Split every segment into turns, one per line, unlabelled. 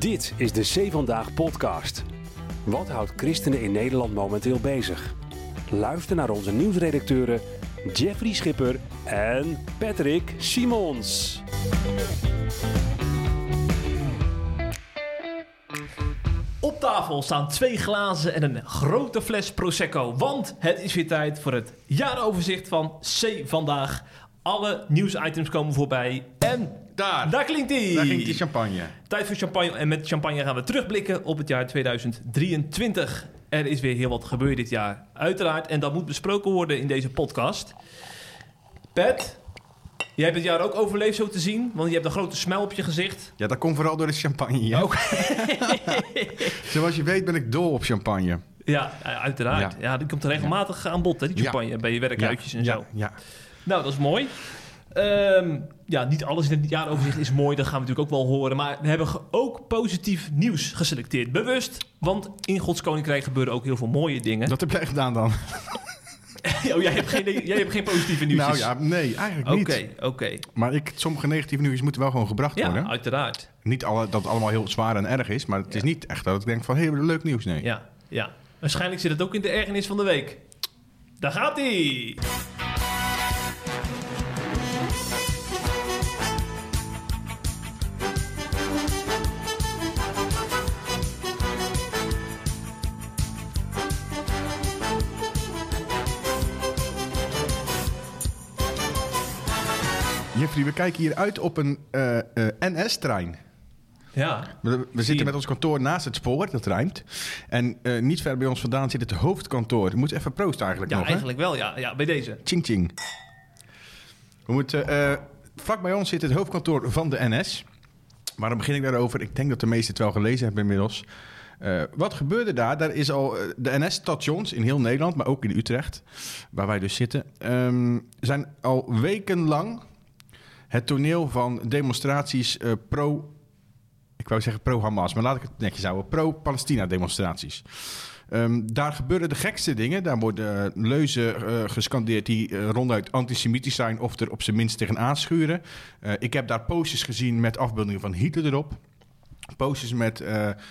Dit is de C Vandaag podcast. Wat houdt christenen in Nederland momenteel bezig? Luister naar onze nieuwsredacteuren Jeffrey Schipper en Patrick Simons.
Op tafel staan 2 glazen en een grote fles Prosecco. Want het is weer tijd voor het jaaroverzicht van C Vandaag. Alle nieuwsitems komen voorbij. En daar klinkt hij.
Daar ging die champagne.
Tijd voor champagne. En met champagne gaan we terugblikken op het jaar 2023. Er is weer heel wat gebeurd dit jaar. Uiteraard. En dat moet besproken worden in deze podcast. Pat, jij hebt het jaar ook overleefd zo te zien. Want je hebt een grote smile op je gezicht.
Ja, dat komt vooral door de champagne. Ja.
Ook.
Zoals je weet ben ik dol op champagne.
Ja, uiteraard. Ja, die komt er regelmatig aan bod, hè, die champagne. Bij je werkuitjes en zo.
Ja.
Nou, dat is mooi. Niet alles in het jaaroverzicht is mooi. Dat gaan we natuurlijk ook wel horen. Maar we hebben ook positief nieuws geselecteerd. Bewust. Want in Gods Koninkrijk gebeuren ook heel veel mooie dingen.
Dat heb jij gedaan dan?
Oh, jij hebt geen positieve nieuws.
Nou ja, nee, eigenlijk niet.
Oké.
Maar sommige negatieve nieuws moeten wel gewoon gebracht worden.
Ja, uiteraard.
Niet dat het allemaal heel zwaar en erg is. Maar het is niet echt dat ik denk van, leuk nieuws, nee.
Ja. Waarschijnlijk zit het ook in de ergernis van de week. Daar gaat ie!
Jeffrey, we kijken hier uit op een NS-trein.
Ja.
We zitten met ons kantoor naast het spoor, dat rijmt. En niet ver bij ons vandaan zit het hoofdkantoor. We moeten even proosten eigenlijk nog,
Ja, eigenlijk wel, ja, bij deze.
Ching ching. We moeten... vlak bij ons zit het hoofdkantoor van de NS. Waarom begin ik daarover? Ik denk dat de meesten het wel gelezen hebben inmiddels. Wat gebeurde daar? Daar is al de NS-stations in heel Nederland, maar ook in Utrecht, waar wij dus zitten, zijn al wekenlang het toneel van demonstraties pro-Hamas, maar laat ik het netjes houden, pro-Palestina-demonstraties. Daar gebeuren de gekste dingen. Daar worden leuzen gescandeerd die ronduit antisemitisch zijn of er op zijn minst tegen aanschuren. Ik heb daar posters gezien met afbeeldingen van Hitler erop. Posters met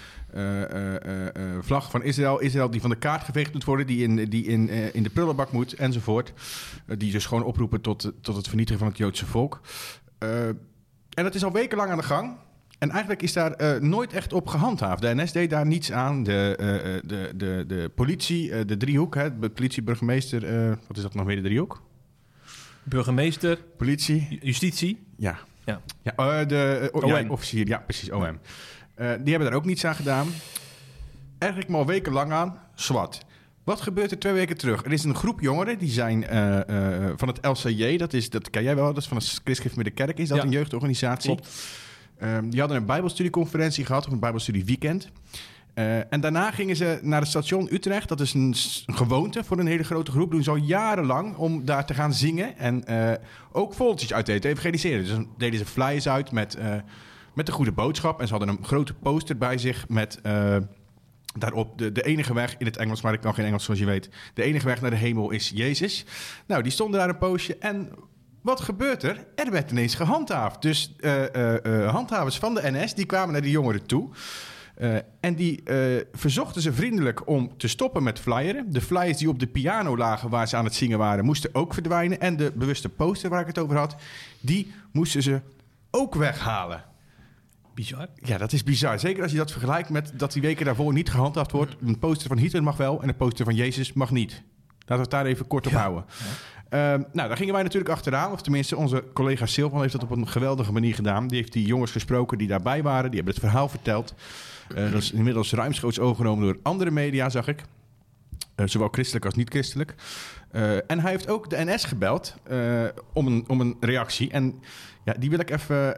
vlag van Israël die van de kaart geveegd moet worden, die in de prullenbak moet, enzovoort. Die dus gewoon oproepen tot het vernietigen van het Joodse volk. En dat is al wekenlang aan de gang. En eigenlijk is daar nooit echt op gehandhaafd. De NS deed daar niets aan. De politie, de driehoek, hè, de politie, burgemeester, wat is dat nog meer, de driehoek?
Burgemeester,
politie,
justitie.
Ja.
OM.
Officier, ja, precies, OM. Die hebben daar ook niets aan gedaan. Eigenlijk maar al wekenlang aan, zwart. Wat gebeurt er 2 weken terug? Er is een groep jongeren, die zijn van het LCJ, dat ken jij wel, dat is van het Christelijk Middenkerk, is dat een jeugdorganisatie.
Klopt.
Die hadden een bijbelstudieconferentie gehad, of een bijbelstudieweekend. En daarna gingen ze naar het station Utrecht. Dat is een gewoonte voor een hele grote groep. Doen ze al jarenlang om daar te gaan zingen. En ook volletjes uit te evangeliseren. Dus dan deden ze flyers uit met de goede boodschap. En ze hadden een grote poster bij zich met daarop de enige weg in het Engels. Maar ik kan geen Engels zoals je weet. De enige weg naar de hemel is Jezus. Nou, die stonden daar een poosje en... Wat gebeurt er? Er werd ineens gehandhaafd. Dus handhavers van de NS die kwamen naar die jongeren toe. En die verzochten ze vriendelijk om te stoppen met flyeren. De flyers die op de piano lagen waar ze aan het zingen waren, moesten ook verdwijnen. En de bewuste poster waar ik het over had, die moesten ze ook weghalen.
Bizar.
Ja, dat is bizar. Zeker als je dat vergelijkt met dat die weken daarvoor niet gehandhaafd wordt. Een poster van Hitler mag wel en een poster van Jezus mag niet. Laten we het daar even kort op houden. Daar gingen wij natuurlijk achteraan. Of tenminste, onze collega Silvan heeft dat op een geweldige manier gedaan. Die heeft die jongens gesproken die daarbij waren. Die hebben het verhaal verteld. Dat is inmiddels ruimschoots overgenomen door andere media, zag ik. Zowel christelijk als niet-christelijk. En hij heeft ook de NS gebeld om een reactie. En ja, die wil ik even...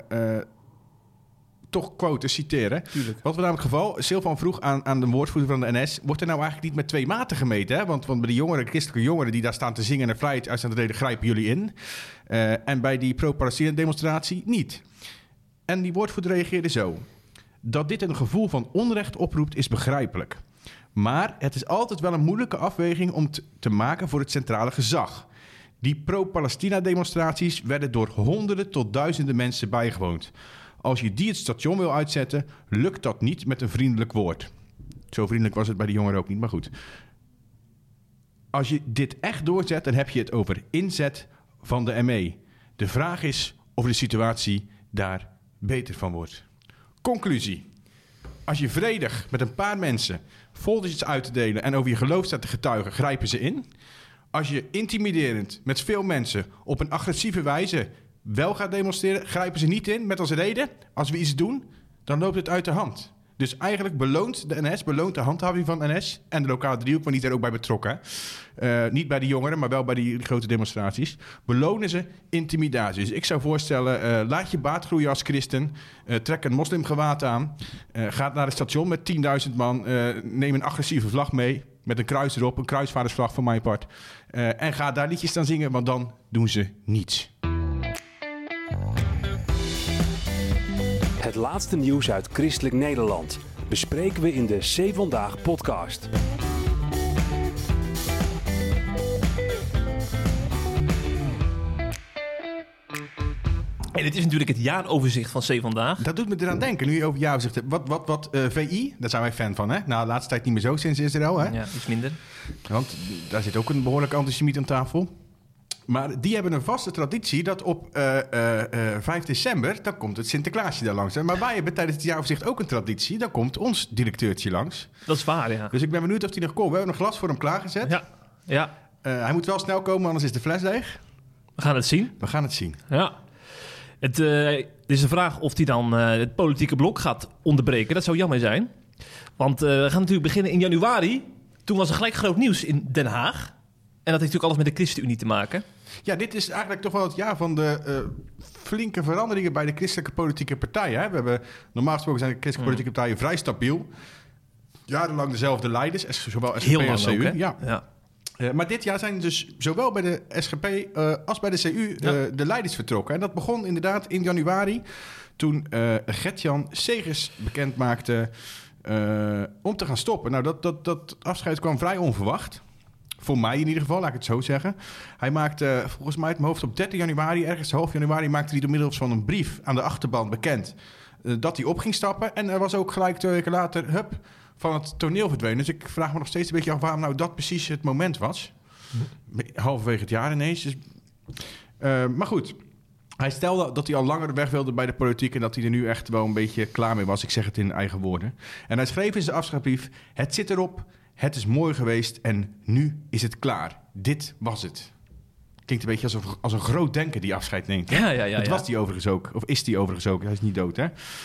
toch quoten, citeren.
Tuurlijk.
Wat was namelijk het geval? Silvan vroeg aan de woordvoerder van de NS... wordt er nou eigenlijk niet met 2 maten gemeten? Hè? Want bij die jongeren, christelijke jongeren... die daar staan te zingen en flyers uit staan te delen... grijpen jullie in. En bij die pro-Palestina demonstratie niet. En die woordvoerder reageerde zo. Dat dit een gevoel van onrecht oproept is begrijpelijk. Maar het is altijd wel een moeilijke afweging... om te maken voor het centrale gezag. Die pro-Palestina demonstraties werden door honderden tot duizenden mensen bijgewoond. Als je die het station wil uitzetten, lukt dat niet met een vriendelijk woord. Zo vriendelijk was het bij de jongeren ook niet, maar goed. Als je dit echt doorzet, dan heb je het over inzet van de ME. De vraag is of de situatie daar beter van wordt. Conclusie. Als je vredig met een paar mensen foldertjes uit te delen en over je geloof staat te getuigen, grijpen ze in. Als je intimiderend met veel mensen op een agressieve wijze wel gaat demonstreren, grijpen ze niet in met als reden, als we iets doen, dan loopt het uit de hand. Dus eigenlijk beloont de NS, beloont de handhaving van NS en de lokale driehoek, want die is er ook bij betrokken. Niet bij de jongeren, maar wel bij die grote demonstraties. Belonen ze intimidatie. Dus ik zou voorstellen, laat je baard groeien als christen. Trek een moslimgewaad aan. Ga naar het station met 10.000 man. Neem een agressieve vlag mee met een kruis erop. Een kruisvaardersvlag voor mijn part. En ga daar liedjes aan zingen, want dan doen ze niets.
Het laatste nieuws uit Christelijk Nederland bespreken we in de C Vandaag podcast.
En dit is natuurlijk het jaaroverzicht van C Vandaag.
Dat doet me eraan denken, nu je over jaaroverzicht hebt. Wat VI, daar zijn wij fan van, hè? Nou, de laatste tijd niet meer zo sinds Israël, hè?
Ja, iets minder.
Want daar zit ook een behoorlijke antisemiet aan tafel. Maar die hebben een vaste traditie dat op 5 december, dan komt het Sinterklaasje daar langs. Maar wij hebben tijdens het jaaroverzicht ook een traditie. Dan komt ons directeurtje langs.
Dat is waar, ja.
Dus ik ben benieuwd of hij nog komt. We hebben een glas voor hem klaargezet.
Ja.
Hij moet wel snel komen, anders is de fles leeg.
We gaan het zien.
We gaan het zien.
Ja. Het is de vraag of hij dan het politieke blok gaat onderbreken. Dat zou jammer zijn. Want we gaan natuurlijk beginnen in januari. Toen was er gelijk groot nieuws in Den Haag. En dat heeft natuurlijk alles met de ChristenUnie te maken.
Ja, dit is eigenlijk toch wel het jaar van de flinke veranderingen bij de christelijke politieke partijen. Hè? We hebben, normaal gesproken zijn de christelijke politieke partijen vrij stabiel. Jarenlang dezelfde leiders, zowel SGP
Heel
als
lang
CU.
ook, hè? Ja.
Maar dit jaar zijn dus zowel bij de SGP als bij de CU de leiders vertrokken. En dat begon inderdaad in januari, toen Gert-Jan Segers bekend maakte om te gaan stoppen. Nou, dat afscheid kwam vrij onverwacht. Voor mij in ieder geval, laat ik het zo zeggen. Hij maakte, volgens mij uit mijn hoofd op 13 januari, ergens half januari, maakte hij door middel van een brief aan de achterban bekend dat hij op ging stappen. En er was ook gelijk 2 weken later, van het toneel verdwenen. Dus ik vraag me nog steeds een beetje af waarom nou dat precies het moment was. Halverwege het jaar ineens. Dus, maar goed, hij stelde dat hij al langer weg wilde bij de politiek en dat hij er nu echt wel een beetje klaar mee was. Ik zeg het in eigen woorden. En hij schreef in zijn afscheidsbrief: het zit erop, het is mooi geweest en nu is het klaar. Dit was het. Klinkt een beetje als een groot denker die afscheid neemt. Hè?
Ja.
Dat was die overigens ook. Of is die overigens ook. Hij is niet dood, hè?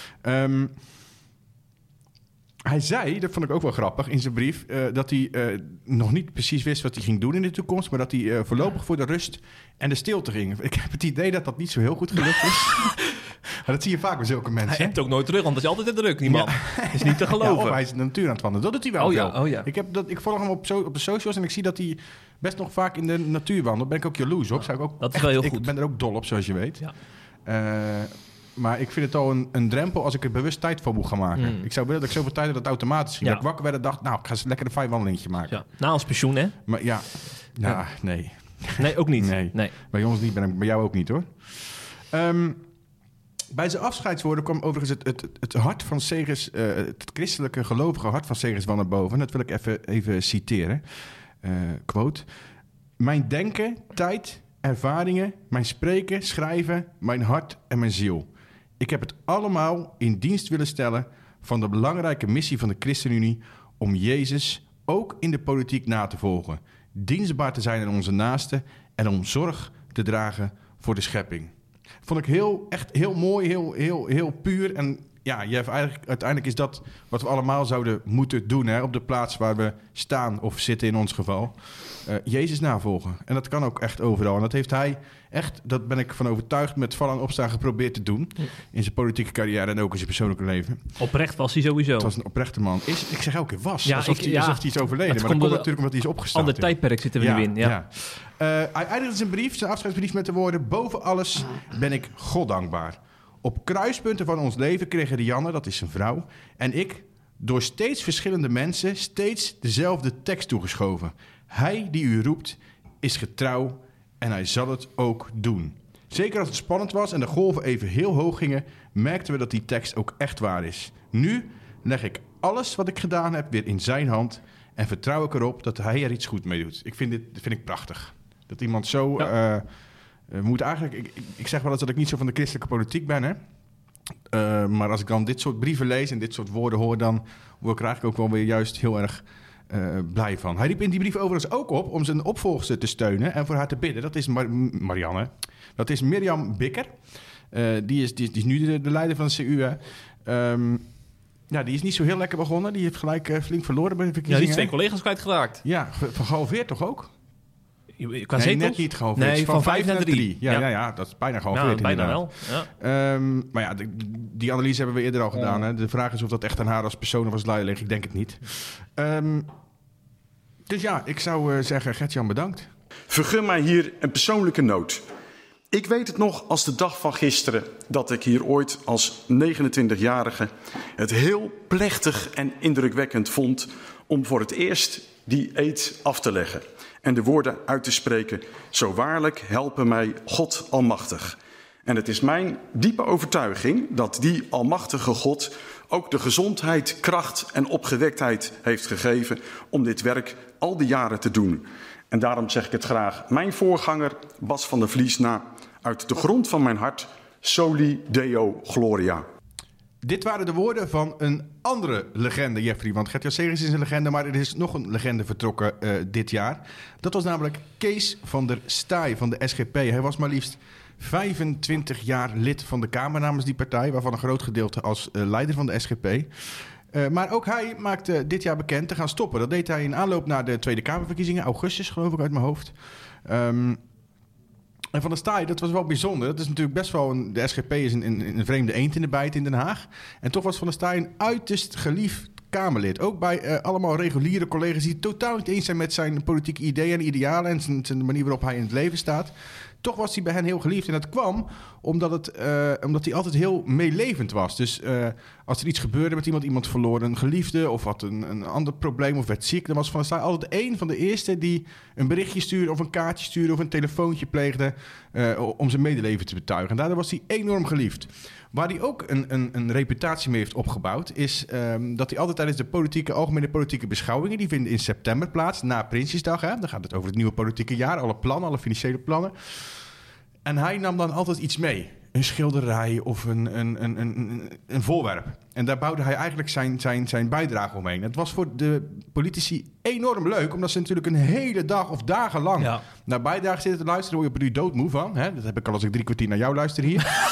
Hij zei, dat vond ik ook wel grappig in zijn brief, dat hij nog niet precies wist wat hij ging doen in de toekomst, maar dat hij voorlopig voor de rust en de stilte ging. Ik heb het idee dat dat niet zo heel goed gelukt is. Maar dat zie je vaak bij zulke mensen.
Hij hebt ook nooit terug, want dat is altijd in de druk, die man. Is niet te geloven.
Ja, of hij is de natuur aan het wandelen. Dat doet hij wel veel.
Oh ja.
Ik volg hem op de socials en ik zie dat hij best nog vaak in de natuur wandelt. Daar ben ik ook jaloers op. Zou ik ook
dat is wel heel goed.
Ik ben er ook dol op, zoals je weet.
Ja.
Maar ik vind het al een drempel als ik er bewust tijd voor moet gaan maken. Ik zou willen dat ik zoveel tijd dat het automatisch ging.
Ja.
Dat ik wakker werd en dacht, nou, ik ga eens lekker een 5 wandelingetje maken.
Ja. Na ons pensioen, hè?
Maar nee.
Nee, ook niet.
Nee. Bij ons niet, bij jou ook niet, hoor. Bij zijn afscheidswoorden kwam overigens het hart van Segers, het christelijke gelovige hart van Segers wel naar boven. Dat wil ik even citeren. Quote: mijn denken, tijd, ervaringen, mijn spreken, schrijven, mijn hart en mijn ziel. Ik heb het allemaal in dienst willen stellen van de belangrijke missie van de ChristenUnie om Jezus ook in de politiek na te volgen, dienstbaar te zijn aan onze naasten en om zorg te dragen voor de schepping. Vond ik echt heel mooi, heel puur. En ja, uiteindelijk is dat wat we allemaal zouden moeten doen, hè, op de plaats waar we staan of zitten in ons geval. Jezus navolgen. En dat kan ook echt overal. En dat heeft hij echt, dat ben ik van overtuigd, met vallen en opstaan geprobeerd te doen. In zijn politieke carrière en ook in zijn persoonlijke leven.
Oprecht was hij sowieso.
Het was een oprechte man. Ik zeg elke keer was.
Ja,
alsof hij is overleden. Maar dat komt natuurlijk omdat hij is opgestaan.
Ander tijdperk zitten we nu in. Ja.
Hij eindigde zijn afscheidsbrief met de woorden: boven alles ben ik God dankbaar. Op kruispunten van ons leven kregen Rianne, dat is zijn vrouw, en ik door steeds verschillende mensen steeds dezelfde tekst toegeschoven. Hij die u roept is getrouw en hij zal het ook doen. Zeker als het spannend was en de golven even heel hoog gingen, merkten we dat die tekst ook echt waar is. Nu leg ik alles wat ik gedaan heb weer in zijn hand en vertrouw ik erop dat hij er iets goed mee doet. Dit vind ik prachtig. Dat iemand zo moet eigenlijk... Ik zeg wel eens dat ik niet zo van de christelijke politiek ben, hè. Maar als ik dan dit soort brieven lees en dit soort woorden hoor, dan word ik er eigenlijk ook wel weer juist heel erg blij van. Hij riep in die brief overigens ook op om zijn opvolgster te steunen en voor haar te bidden. Dat is Marianne. Dat is Mirjam Bikker. Die is nu de leider van de CU. Die is niet zo heel lekker begonnen. Die heeft gelijk flink verloren bij de verkiezingen.
Ja, die is 2 collega's kwijtgeraakt.
Ja, van gehalveerd toch ook?
Qua zetels?
Net niet gehalveerd.
Nee, van 5 naar 3.
Ja, dat is bijna gehalveerd.
Ja, bijna
wel.
Ja.
Maar ja, die analyse hebben we eerder al gedaan. Hè? De vraag is of dat echt aan haar als persoon of als leider ligt. Ik denk het niet. Dus ja, ik zou zeggen, Gert-Jan, bedankt.
Vergun mij hier een persoonlijke noot. Ik weet het nog als de dag van gisteren dat ik hier ooit als 29-jarige het heel plechtig en indrukwekkend vond om voor het eerst die eed af te leggen en de woorden uit te spreken: zo waarlijk helpen mij God Almachtig. En het is mijn diepe overtuiging dat die Almachtige God ook de gezondheid, kracht en opgewektheid heeft gegeven om dit werk al die jaren te doen. En daarom zeg ik het graag mijn voorganger Bas van der Vlies na, uit de grond van mijn hart: Soli Deo Gloria.
Dit waren de woorden van een andere legende, Jeffrey. Want Gert-Jan Segers is een legende, maar er is nog een legende vertrokken dit jaar. Dat was namelijk Kees van der Staaij van de SGP. Hij was maar liefst 25 jaar lid van de Kamer namens die partij, waarvan een groot gedeelte als leider van de SGP. Maar ook hij maakte dit jaar bekend te gaan stoppen. Dat deed hij in aanloop naar de Tweede Kamerverkiezingen, augustus geloof ik uit mijn hoofd. En Van der Staaij, dat was wel bijzonder. Dat is natuurlijk best wel de SGP is een vreemde eend in de bijt in Den Haag. En toch was Van der Staaij een uiterst geliefd Kamerlid. Ook bij allemaal reguliere collega's die het totaal niet eens zijn met zijn politieke ideeën en idealen en zijn manier waarop hij in het leven staat. Toch was hij bij hen heel geliefd. En dat kwam omdat hij altijd heel meelevend was. Dus als er iets gebeurde met iemand verloor een geliefde of had een ander probleem of werd ziek, dan was Van der Staaij altijd een van de eerste die een berichtje stuurde of een kaartje stuurde of een telefoontje pleegde om zijn medeleven te betuigen. En daardoor was hij enorm geliefd. Waar hij ook een reputatie mee heeft opgebouwd, is dat hij altijd tijdens de algemene politieke beschouwingen, die vinden in september plaats, na Prinsjesdag. Hè? Dan gaat het over het nieuwe politieke jaar, alle plannen, alle financiële plannen. En hij nam dan altijd iets mee. Een schilderij of een voorwerp. En daar bouwde hij eigenlijk zijn bijdrage omheen. Het was voor de politici enorm leuk, omdat ze natuurlijk een hele dag of dagenlang naar bijdrage zitten te luisteren. Daar word je doodmoe van. Hè? Dat heb ik al als ik 3 kwartier naar jou luister hier.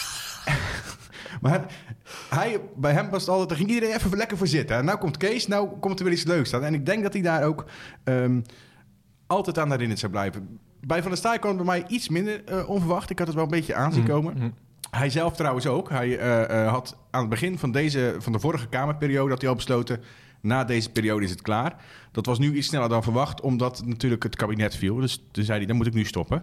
Maar bij hem was het altijd, daar ging iedereen even lekker voor zitten. En nou komt Kees, nou komt er weer iets leuks aan. En ik denk dat hij daar ook altijd aan herinnerd zou blijven. Bij Van der Staaij kwam het bij mij iets minder onverwacht. Ik had het wel een beetje aan zien komen. Mm-hmm. Hij zelf trouwens ook. Hij had aan het begin van de vorige Kamerperiode had hij al besloten, na deze periode is het klaar. Dat was nu iets sneller dan verwacht, omdat natuurlijk het kabinet viel. Dus toen zei hij, dan moet ik nu stoppen.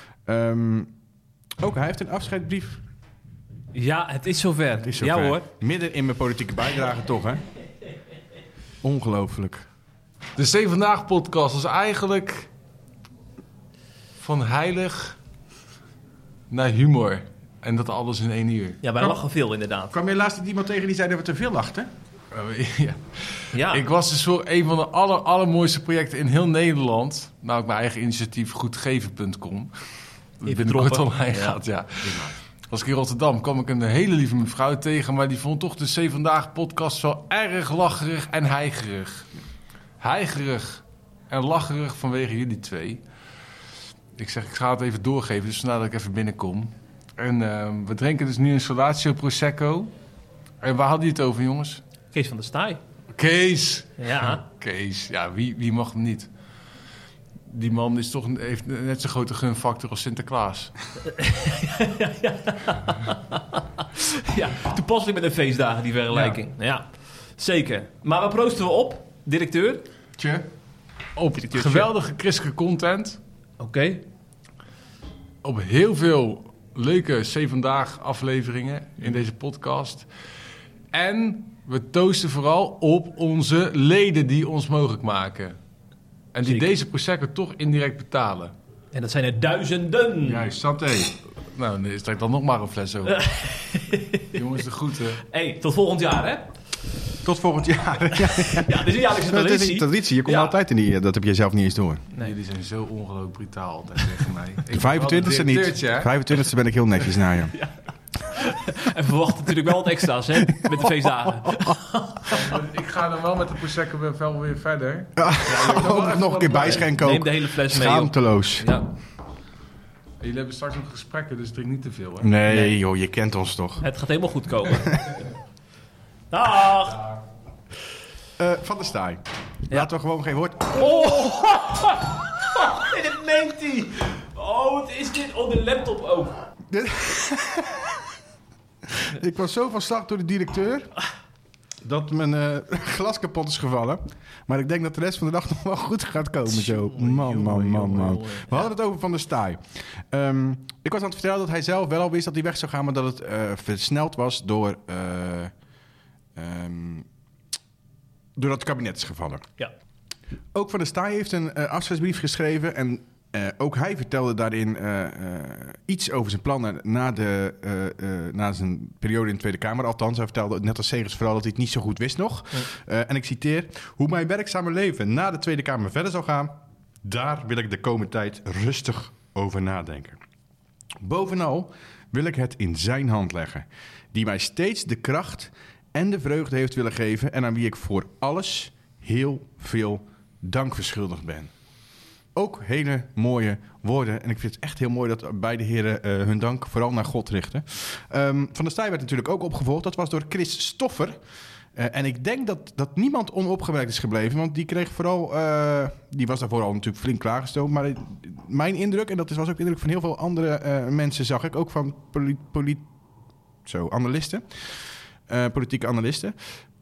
Ook hij heeft een afscheidsbrief.
Ja, het is zover. Ja hoor.
Midden in mijn politieke bijdrage toch, hè? Ongelooflijk.
De Steen Vandaag podcast is eigenlijk van heilig naar humor. En dat alles in 1 uur.
Ja, wij lachen veel inderdaad.
Kwam je laatst iemand tegen die zei dat we te veel lachten?
Ja. Ik was dus voor een van de allermooiste projecten in heel Nederland. Nou, mijn eigen initiatief goedgeven.com. Dat binnenkort online gaat, ja. Was ik in Rotterdam, kwam ik een hele lieve mevrouw tegen, maar die vond toch de C Vandaag podcast wel erg lacherig en heigerig. Heigerig en lacherig vanwege jullie 2. Ik zeg, ik ga het even doorgeven, dus vandaar dat ik even binnenkom. En we drinken dus nu een Solatio Prosecco. En waar hadden die het over, jongens?
Kees van der Staaij.
Kees!
Ja.
Kees, ja, wie mag hem niet? Die man heeft net zo'n grote gunfactor als Sinterklaas.
Ja, toepasselijk met de feestdagen, die vergelijking. Ja, zeker. Maar waar proosten we op, directeur?
Op geweldige christelijke content.
Oké.
Op heel veel leuke C Vandaag afleveringen in deze podcast. En we toosten vooral op onze leden die ons mogelijk maken. En die deze Prosecco toch indirect betalen.
En dat zijn er duizenden.
Juist, santé.
Nou, nee, strijk dan nog maar een fles over. Jongens, de groeten.
Hey, tot volgend jaar, hè?
Tot volgend jaar.
Ja, dit is een jaarlijkse
Dat is
traditie.
een traditie. Je komt altijd in die... Dat heb jij zelf niet eens door.
Nee.
Jullie zijn zo ongelooflijk brutaal altijd tegen mij.
De 25e niet. 25e ben ik heel netjes naar je.
En verwacht natuurlijk wel wat extra's, hè? Met de feestdagen.
Ik ga dan wel met de Prosecco wel weer verder.
Nog een keer bijschenken ook.
Neem de hele fles mee, joh.
Schaamteloos.
Ja.
Jullie hebben straks nog gesprekken, dus drink niet te veel, hè?
Nee, joh, je kent ons toch.
Het gaat helemaal goed komen. Dag!
Van der Staaij. Laten we gewoon geen woord...
Oh! Nee, dat meent hij! Oh, wat is dit? Oh, de laptop ook.
Ik was zo van slag door de directeur... dat mijn glas kapot is gevallen. Maar ik denk dat de rest van de dag nog wel goed gaat komen. Zo. Man. We hadden het over Van der Staaij. Ik was aan het vertellen dat hij zelf wel al wist dat hij weg zou gaan... maar dat het versneld was door... doordat het kabinet is gevallen.
Ja.
Ook Van der Staaij heeft een afscheidsbrief geschreven... en ook hij vertelde daarin iets over zijn plannen na zijn periode in de Tweede Kamer. Althans, hij vertelde net als Segers vooral dat hij het niet zo goed wist nog. Ja. En ik citeer... Hoe mijn werkzame leven na de Tweede Kamer verder zal gaan... daar wil ik de komende tijd rustig over nadenken. Bovenal wil ik het in zijn hand leggen... die mij steeds de kracht en de vreugde heeft willen geven... en aan wie ik voor alles heel veel dank verschuldigd ben. Ook hele mooie woorden. En ik vind het echt heel mooi dat beide heren hun dank vooral naar God richten. Van der Staaij werd natuurlijk ook opgevolgd. Dat was door Chris Stoffer. En ik denk dat niemand onopgemerkt is gebleven. Want die kreeg vooral... die was daarvoor al natuurlijk flink klaargestoomd. Maar mijn indruk, en dat was ook de indruk van heel veel andere mensen... zag ik ook van analisten. Politieke analisten...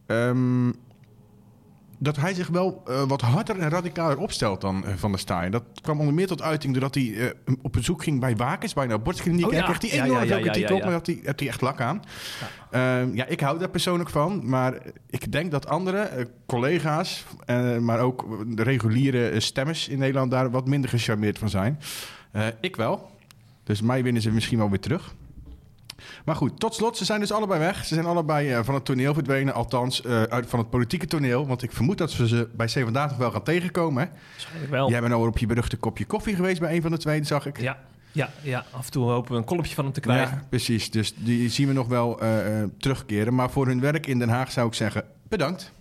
dat hij zich wel wat harder en radicaler opstelt dan Van der Staaij. Dat kwam onder meer tot uiting doordat hij op bezoek ging bij Wakens, bij een abortuskliniek. Oh, ja. En kreeg hij enorm veel kritiek op, maar had hij echt lak aan. Ja. Ik hou daar persoonlijk van, maar ik denk dat andere collega's, maar ook de reguliere stemmers in Nederland daar wat minder gecharmeerd van zijn. Ik wel. Dus mij winnen ze misschien wel weer terug. Maar goed, tot slot, ze zijn dus allebei weg. Ze zijn allebei van het toneel verdwenen. Althans, van het politieke toneel. Want ik vermoed dat ze bij C vandaag nog wel gaan tegenkomen. Hè?
Waarschijnlijk wel.
Jij bent nou op je beruchte kopje koffie geweest bij een van de twee, zag ik.
Ja. Af en toe hopen we een kolopje van hem te krijgen.
Ja, precies. Dus die zien we nog wel terugkeren. Maar voor hun werk in Den Haag zou ik zeggen, bedankt.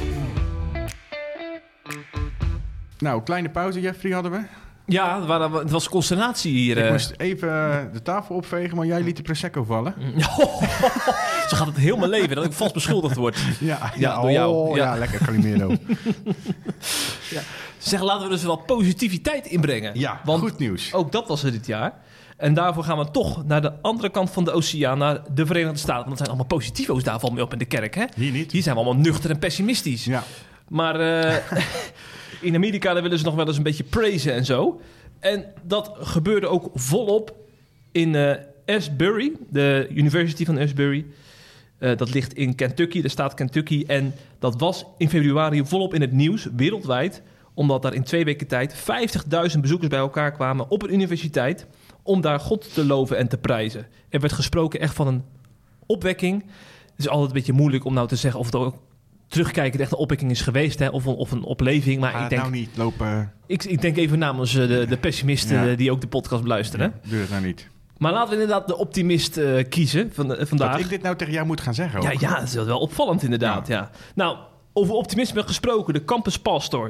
Nou, kleine pauze, Jeffrey, hadden we.
Ja, het was consternatie hier.
Ik moest even de tafel opvegen, maar jij liet de Prosecco vallen.
Zo gaat het heel mijn leven, dat ik vast beschuldigd word.
Ja,
door jou.
Ja, lekker Calimero.
Ja. Zeg, laten we dus wat positiviteit inbrengen.
Ja,
want
goed nieuws.
Ook dat was er dit jaar. En daarvoor gaan we toch naar de andere kant van de oceaan, naar de Verenigde Staten. Want dat zijn allemaal positivo's, daar valt mee op in de kerk. Hè?
Hier niet.
Hier zijn we allemaal nuchter en pessimistisch.
Ja.
Maar in Amerika daar willen ze nog wel eens een beetje praisen en zo. En dat gebeurde ook volop in Asbury, de University van Asbury. Dat ligt in Kentucky, de staat Kentucky. En dat was in februari volop in het nieuws, wereldwijd. Omdat daar in 2 weken tijd 50.000 bezoekers bij elkaar kwamen op een universiteit. Om daar God te loven en te prijzen. Er werd gesproken echt van een opwekking. Het is altijd een beetje moeilijk om nou te zeggen of het ook terugkijken echt een opwekking is geweest, hè? Of een opleving. Maar ik denk,
nou niet lopen.
Ik denk even namens de pessimisten die ook de podcast beluisteren.
Ja, doe het nou niet.
Maar laten we inderdaad de optimist kiezen vandaag.
Dat ik dit nou tegen jou moet gaan zeggen. Ook.
Ja, dat is wel opvallend inderdaad. Ja. Nou, over optimisme gesproken. De campus pastor.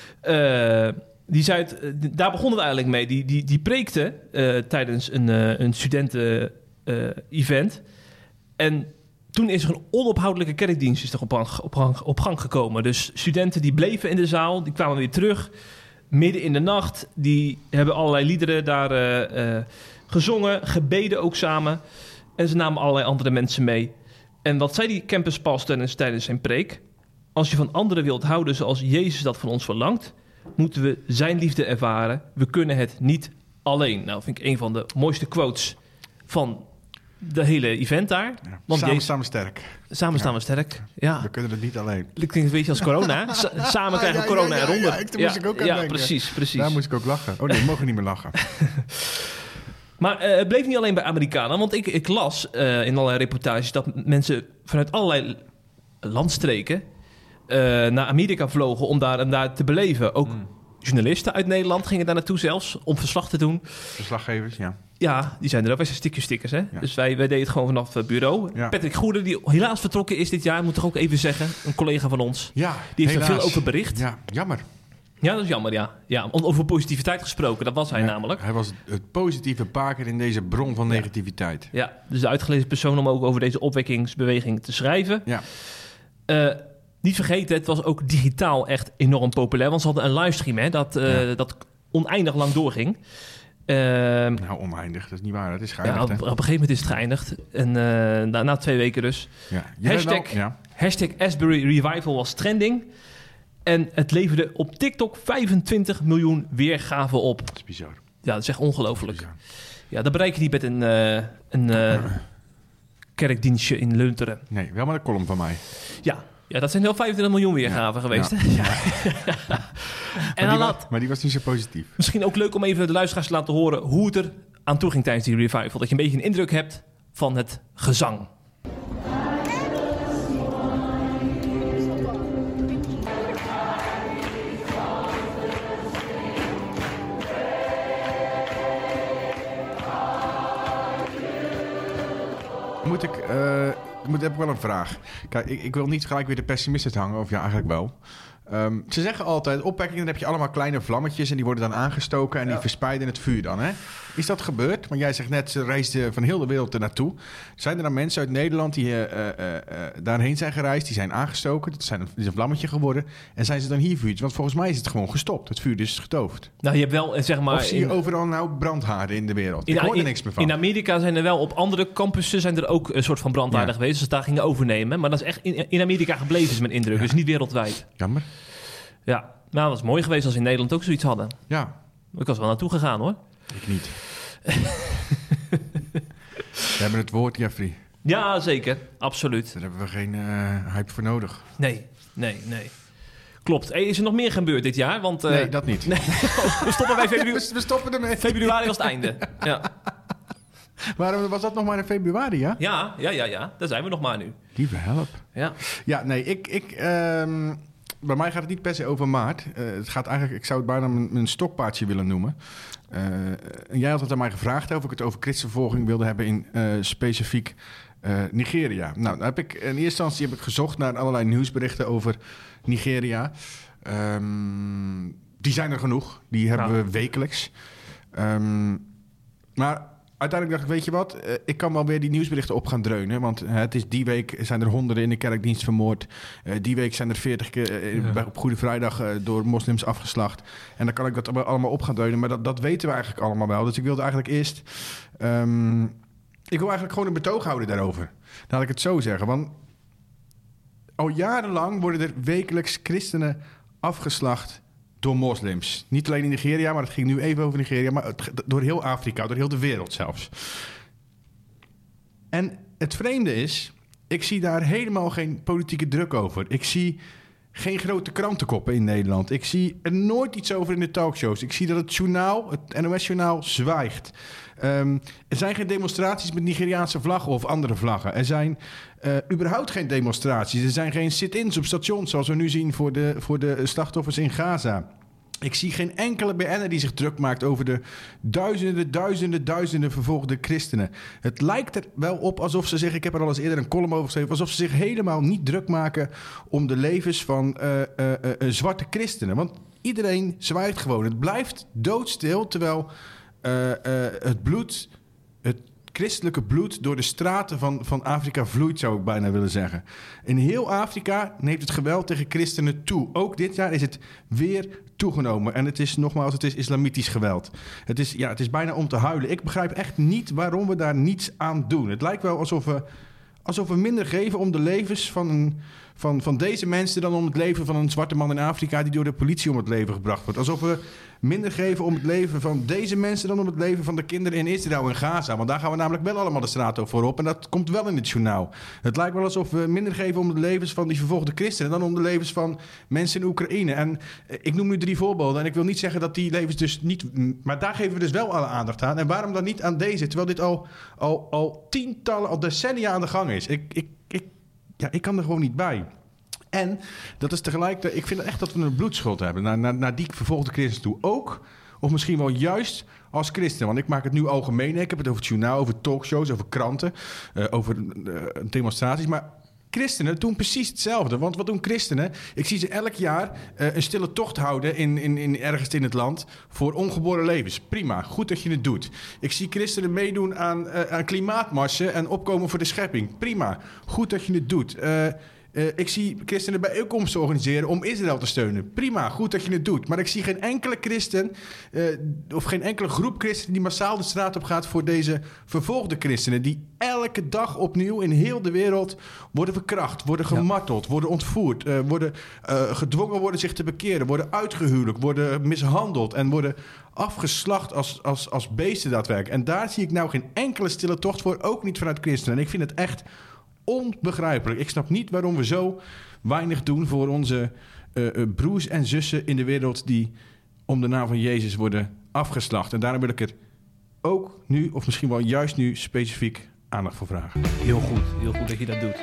Daar begon het eigenlijk mee. Die preekte tijdens een studenten-event. En toen is er een onophoudelijke kerkdienst op gang gekomen. Dus studenten die bleven in de zaal, die kwamen weer terug. Midden in de nacht, die hebben allerlei liederen daar gezongen, gebeden ook samen. En ze namen allerlei andere mensen mee. En wat zei die campuspastor tijdens zijn preek? Als je van anderen wilt houden zoals Jezus dat van ons verlangt, moeten we zijn liefde ervaren. We kunnen het niet alleen. Nou, vind ik een van de mooiste quotes van de hele event daar.
Ja.
Want
samen staan we sterk.
Samen staan we sterk, ja.
We kunnen het niet alleen.
Dat klinkt een beetje als corona. Samen krijgen we corona eronder.
Daar moest ik ook aan denken.
Precies.
Daar moest ik ook lachen. Oh nee, we mogen niet meer lachen.
Maar het bleef niet alleen bij Amerikanen. Want ik las in allerlei reportages dat mensen vanuit allerlei landstreken naar Amerika vlogen om daar te beleven. Ook journalisten uit Nederland gingen daar naartoe zelfs om verslag te doen.
Verslaggevers, ja.
Ja, die zijn er ook. Wij zijn stickers, hè? Ja. Dus wij deden het gewoon vanaf het bureau. Ja. Patrick Goeder, die helaas vertrokken is dit jaar, moet toch ook even zeggen. Een collega van ons.
Ja,
die heeft er veel over bericht.
Ja, jammer.
Ja, dat is jammer, ja. Ja, over positiviteit gesproken, dat was hij namelijk.
Hij was het positieve paker in deze bron van negativiteit.
Ja, dus de uitgelezen persoon om ook over deze opwekkingsbeweging te schrijven. Ja. Niet vergeten, het was ook digitaal echt enorm populair. Want ze hadden een livestream, hè, dat oneindig lang doorging.
Nou, oneindig, dat is niet waar. Het is geëindigd.
Ja, op een gegeven moment is het geëindigd. En na 2 weken dus. Ja. Hashtag Asbury Revival was trending. En het leverde op TikTok 25 miljoen weergaven op.
Dat is bizar.
Ja, dat is echt ongelooflijk. Ja, dat bereik je niet met een kerkdienstje in Lunteren.
Nee, wel maar een column van mij.
Ja, dat zijn wel 25 miljoen weergaven geweest. Ja. Ja.
Maar die was niet zo positief.
Misschien ook leuk om even de luisteraars te laten horen hoe het er aan toe ging tijdens die revival. Dat je een beetje een indruk hebt van het gezang.
Heb ik wel een vraag. Kijk, ik wil niet gelijk weer de pessimist hangen, of ja, eigenlijk wel. Ze zeggen altijd, opwekkingen, dan heb je allemaal kleine vlammetjes en die worden dan aangestoken en die verspreiden het vuur dan, hè? Is dat gebeurd? Want jij zegt net, ze reisden van heel de wereld er naartoe. Zijn er dan mensen uit Nederland die daarheen zijn gereisd, die zijn aangestoken, is een vlammetje geworden en zijn ze dan hier vuurtjes? Want volgens mij is het gewoon gestopt. Het vuur is gedoofd.
Nou, je hebt wel, zeg maar...
Of zie je overal nou brandhaarden in de wereld? Ik hoor er niks meer van.
In Amerika zijn er wel, op andere campussen zijn er ook een soort van brandhaarden geweest, dus daar gingen overnemen. Maar dat is echt in Amerika gebleven, is mijn indruk. Dus niet wereldwijd.
Jammer.
Ja, nou, dat was mooi geweest als we in Nederland ook zoiets hadden.
Ja.
Ik was wel naartoe gegaan, hoor.
Ik niet. We hebben het woord, Jeffrey.
Ja, zeker. Absoluut.
Daar hebben we geen hype voor nodig.
Nee. Klopt. Is er nog meer gebeurd dit jaar? Want,
nee, dat niet.
Nee. We stoppen bij februari.
We stoppen ermee.
Februari was het einde. Ja.
Waarom was dat nog maar in februari, ja?
Ja. Daar zijn we nog maar nu.
Lieve help. Ja, nee, bij mij gaat het niet per se over maart. Het gaat eigenlijk, ik zou het bijna mijn stokpaardje willen noemen. En jij had het aan mij gevraagd of ik het over christenvervolging wilde hebben in specifiek Nigeria. Nou, dan heb ik in eerste instantie gezocht naar allerlei nieuwsberichten over Nigeria. Die zijn er genoeg. Die hebben we wekelijks. Maar uiteindelijk dacht ik, weet je wat? Ik kan wel weer die nieuwsberichten op gaan dreunen. Want het is die week zijn er honderden in de kerkdienst vermoord. Die week zijn er 40 keer op Goede Vrijdag door moslims afgeslacht. En dan kan ik dat allemaal op gaan dreunen. Maar dat weten we eigenlijk allemaal wel. Dus ik wilde eigenlijk eerst... ik wil eigenlijk gewoon een betoog houden daarover. Laat ik het zo zeggen. Want al jarenlang worden er wekelijks christenen afgeslacht door moslims. Niet alleen in Nigeria, maar het ging nu even over Nigeria, maar door heel Afrika, door heel de wereld zelfs. En het vreemde is, ik zie daar helemaal geen politieke druk over. Ik zie geen grote krantenkoppen in Nederland. Ik zie er nooit iets over in de talkshows. Ik zie dat het journaal, het NOS-journaal, zwijgt. Er zijn geen demonstraties met Nigeriaanse vlaggen of andere vlaggen. Er zijn überhaupt geen demonstraties. Er zijn geen sit-ins op stations, zoals we nu zien voor de slachtoffers in Gaza. Ik zie geen enkele BN'er die zich druk maakt over de duizenden vervolgde christenen. Het lijkt er wel op alsof ze zich, ik heb er al eens eerder een column over geschreven, alsof ze zich helemaal niet druk maken om de levens van zwarte christenen. Want iedereen zwaait gewoon. Het blijft doodstil, terwijl het christelijke bloed door de straten van Afrika vloeit, zou ik bijna willen zeggen. In heel Afrika neemt het geweld tegen christenen toe. Ook dit jaar is het weer toegenomen. En het is nogmaals, het is islamitisch geweld. Het is bijna om te huilen. Ik begrijp echt niet waarom we daar niets aan doen. Het lijkt wel alsof we minder geven om de levens van deze mensen dan om het leven van een zwarte man in Afrika die door de politie om het leven gebracht wordt. Alsof we minder geven om het leven van deze mensen dan om het leven van de kinderen in Israël en Gaza. Want daar gaan we namelijk wel allemaal de straat over op. En dat komt wel in het journaal. Het lijkt wel alsof we minder geven om de levens van die vervolgde christenen dan om de levens van mensen in Oekraïne. En ik noem nu 3 voorbeelden. En ik wil niet zeggen dat die levens dus niet... Maar daar geven we dus wel alle aandacht aan. En waarom dan niet aan deze? Terwijl dit al tientallen, al decennia aan de gang is. Ik kan er gewoon niet bij. En dat is tegelijk... Ik vind echt dat we een bloedschuld hebben naar die vervolgde christenen toe. Ook, of misschien wel juist als christen. Want ik maak het nu algemeen. Ik heb het over het journaal, over talkshows, over kranten, over demonstraties. Maar christenen doen precies hetzelfde. Want wat doen christenen? Ik zie ze elk jaar een stille tocht houden ergens in het land voor ongeboren levens. Prima, goed dat je het doet. Ik zie christenen meedoen aan klimaatmarsen en opkomen voor de schepping. Prima, goed dat je het doet. Ik zie christenen bijeenkomsten organiseren om Israël te steunen. Prima, goed dat je het doet. Maar ik zie geen enkele christen of geen enkele groep christenen die massaal de straat op gaat voor deze vervolgde christenen. Die elke dag opnieuw in heel de wereld worden verkracht, worden gemarteld, worden ontvoerd, worden gedwongen worden zich te bekeren, worden uitgehuwelijkt, worden mishandeld en worden afgeslacht als beesten daadwerkelijk. En daar zie ik nou geen enkele stille tocht voor, ook niet vanuit christenen. En ik vind het echt onbegrijpelijk. Ik snap niet waarom we zo weinig doen voor onze broers en zussen in de wereld die om de naam van Jezus worden afgeslacht. En daarom wil ik er ook nu, of misschien wel juist nu, specifiek aandacht voor vragen.
Heel goed dat je dat doet.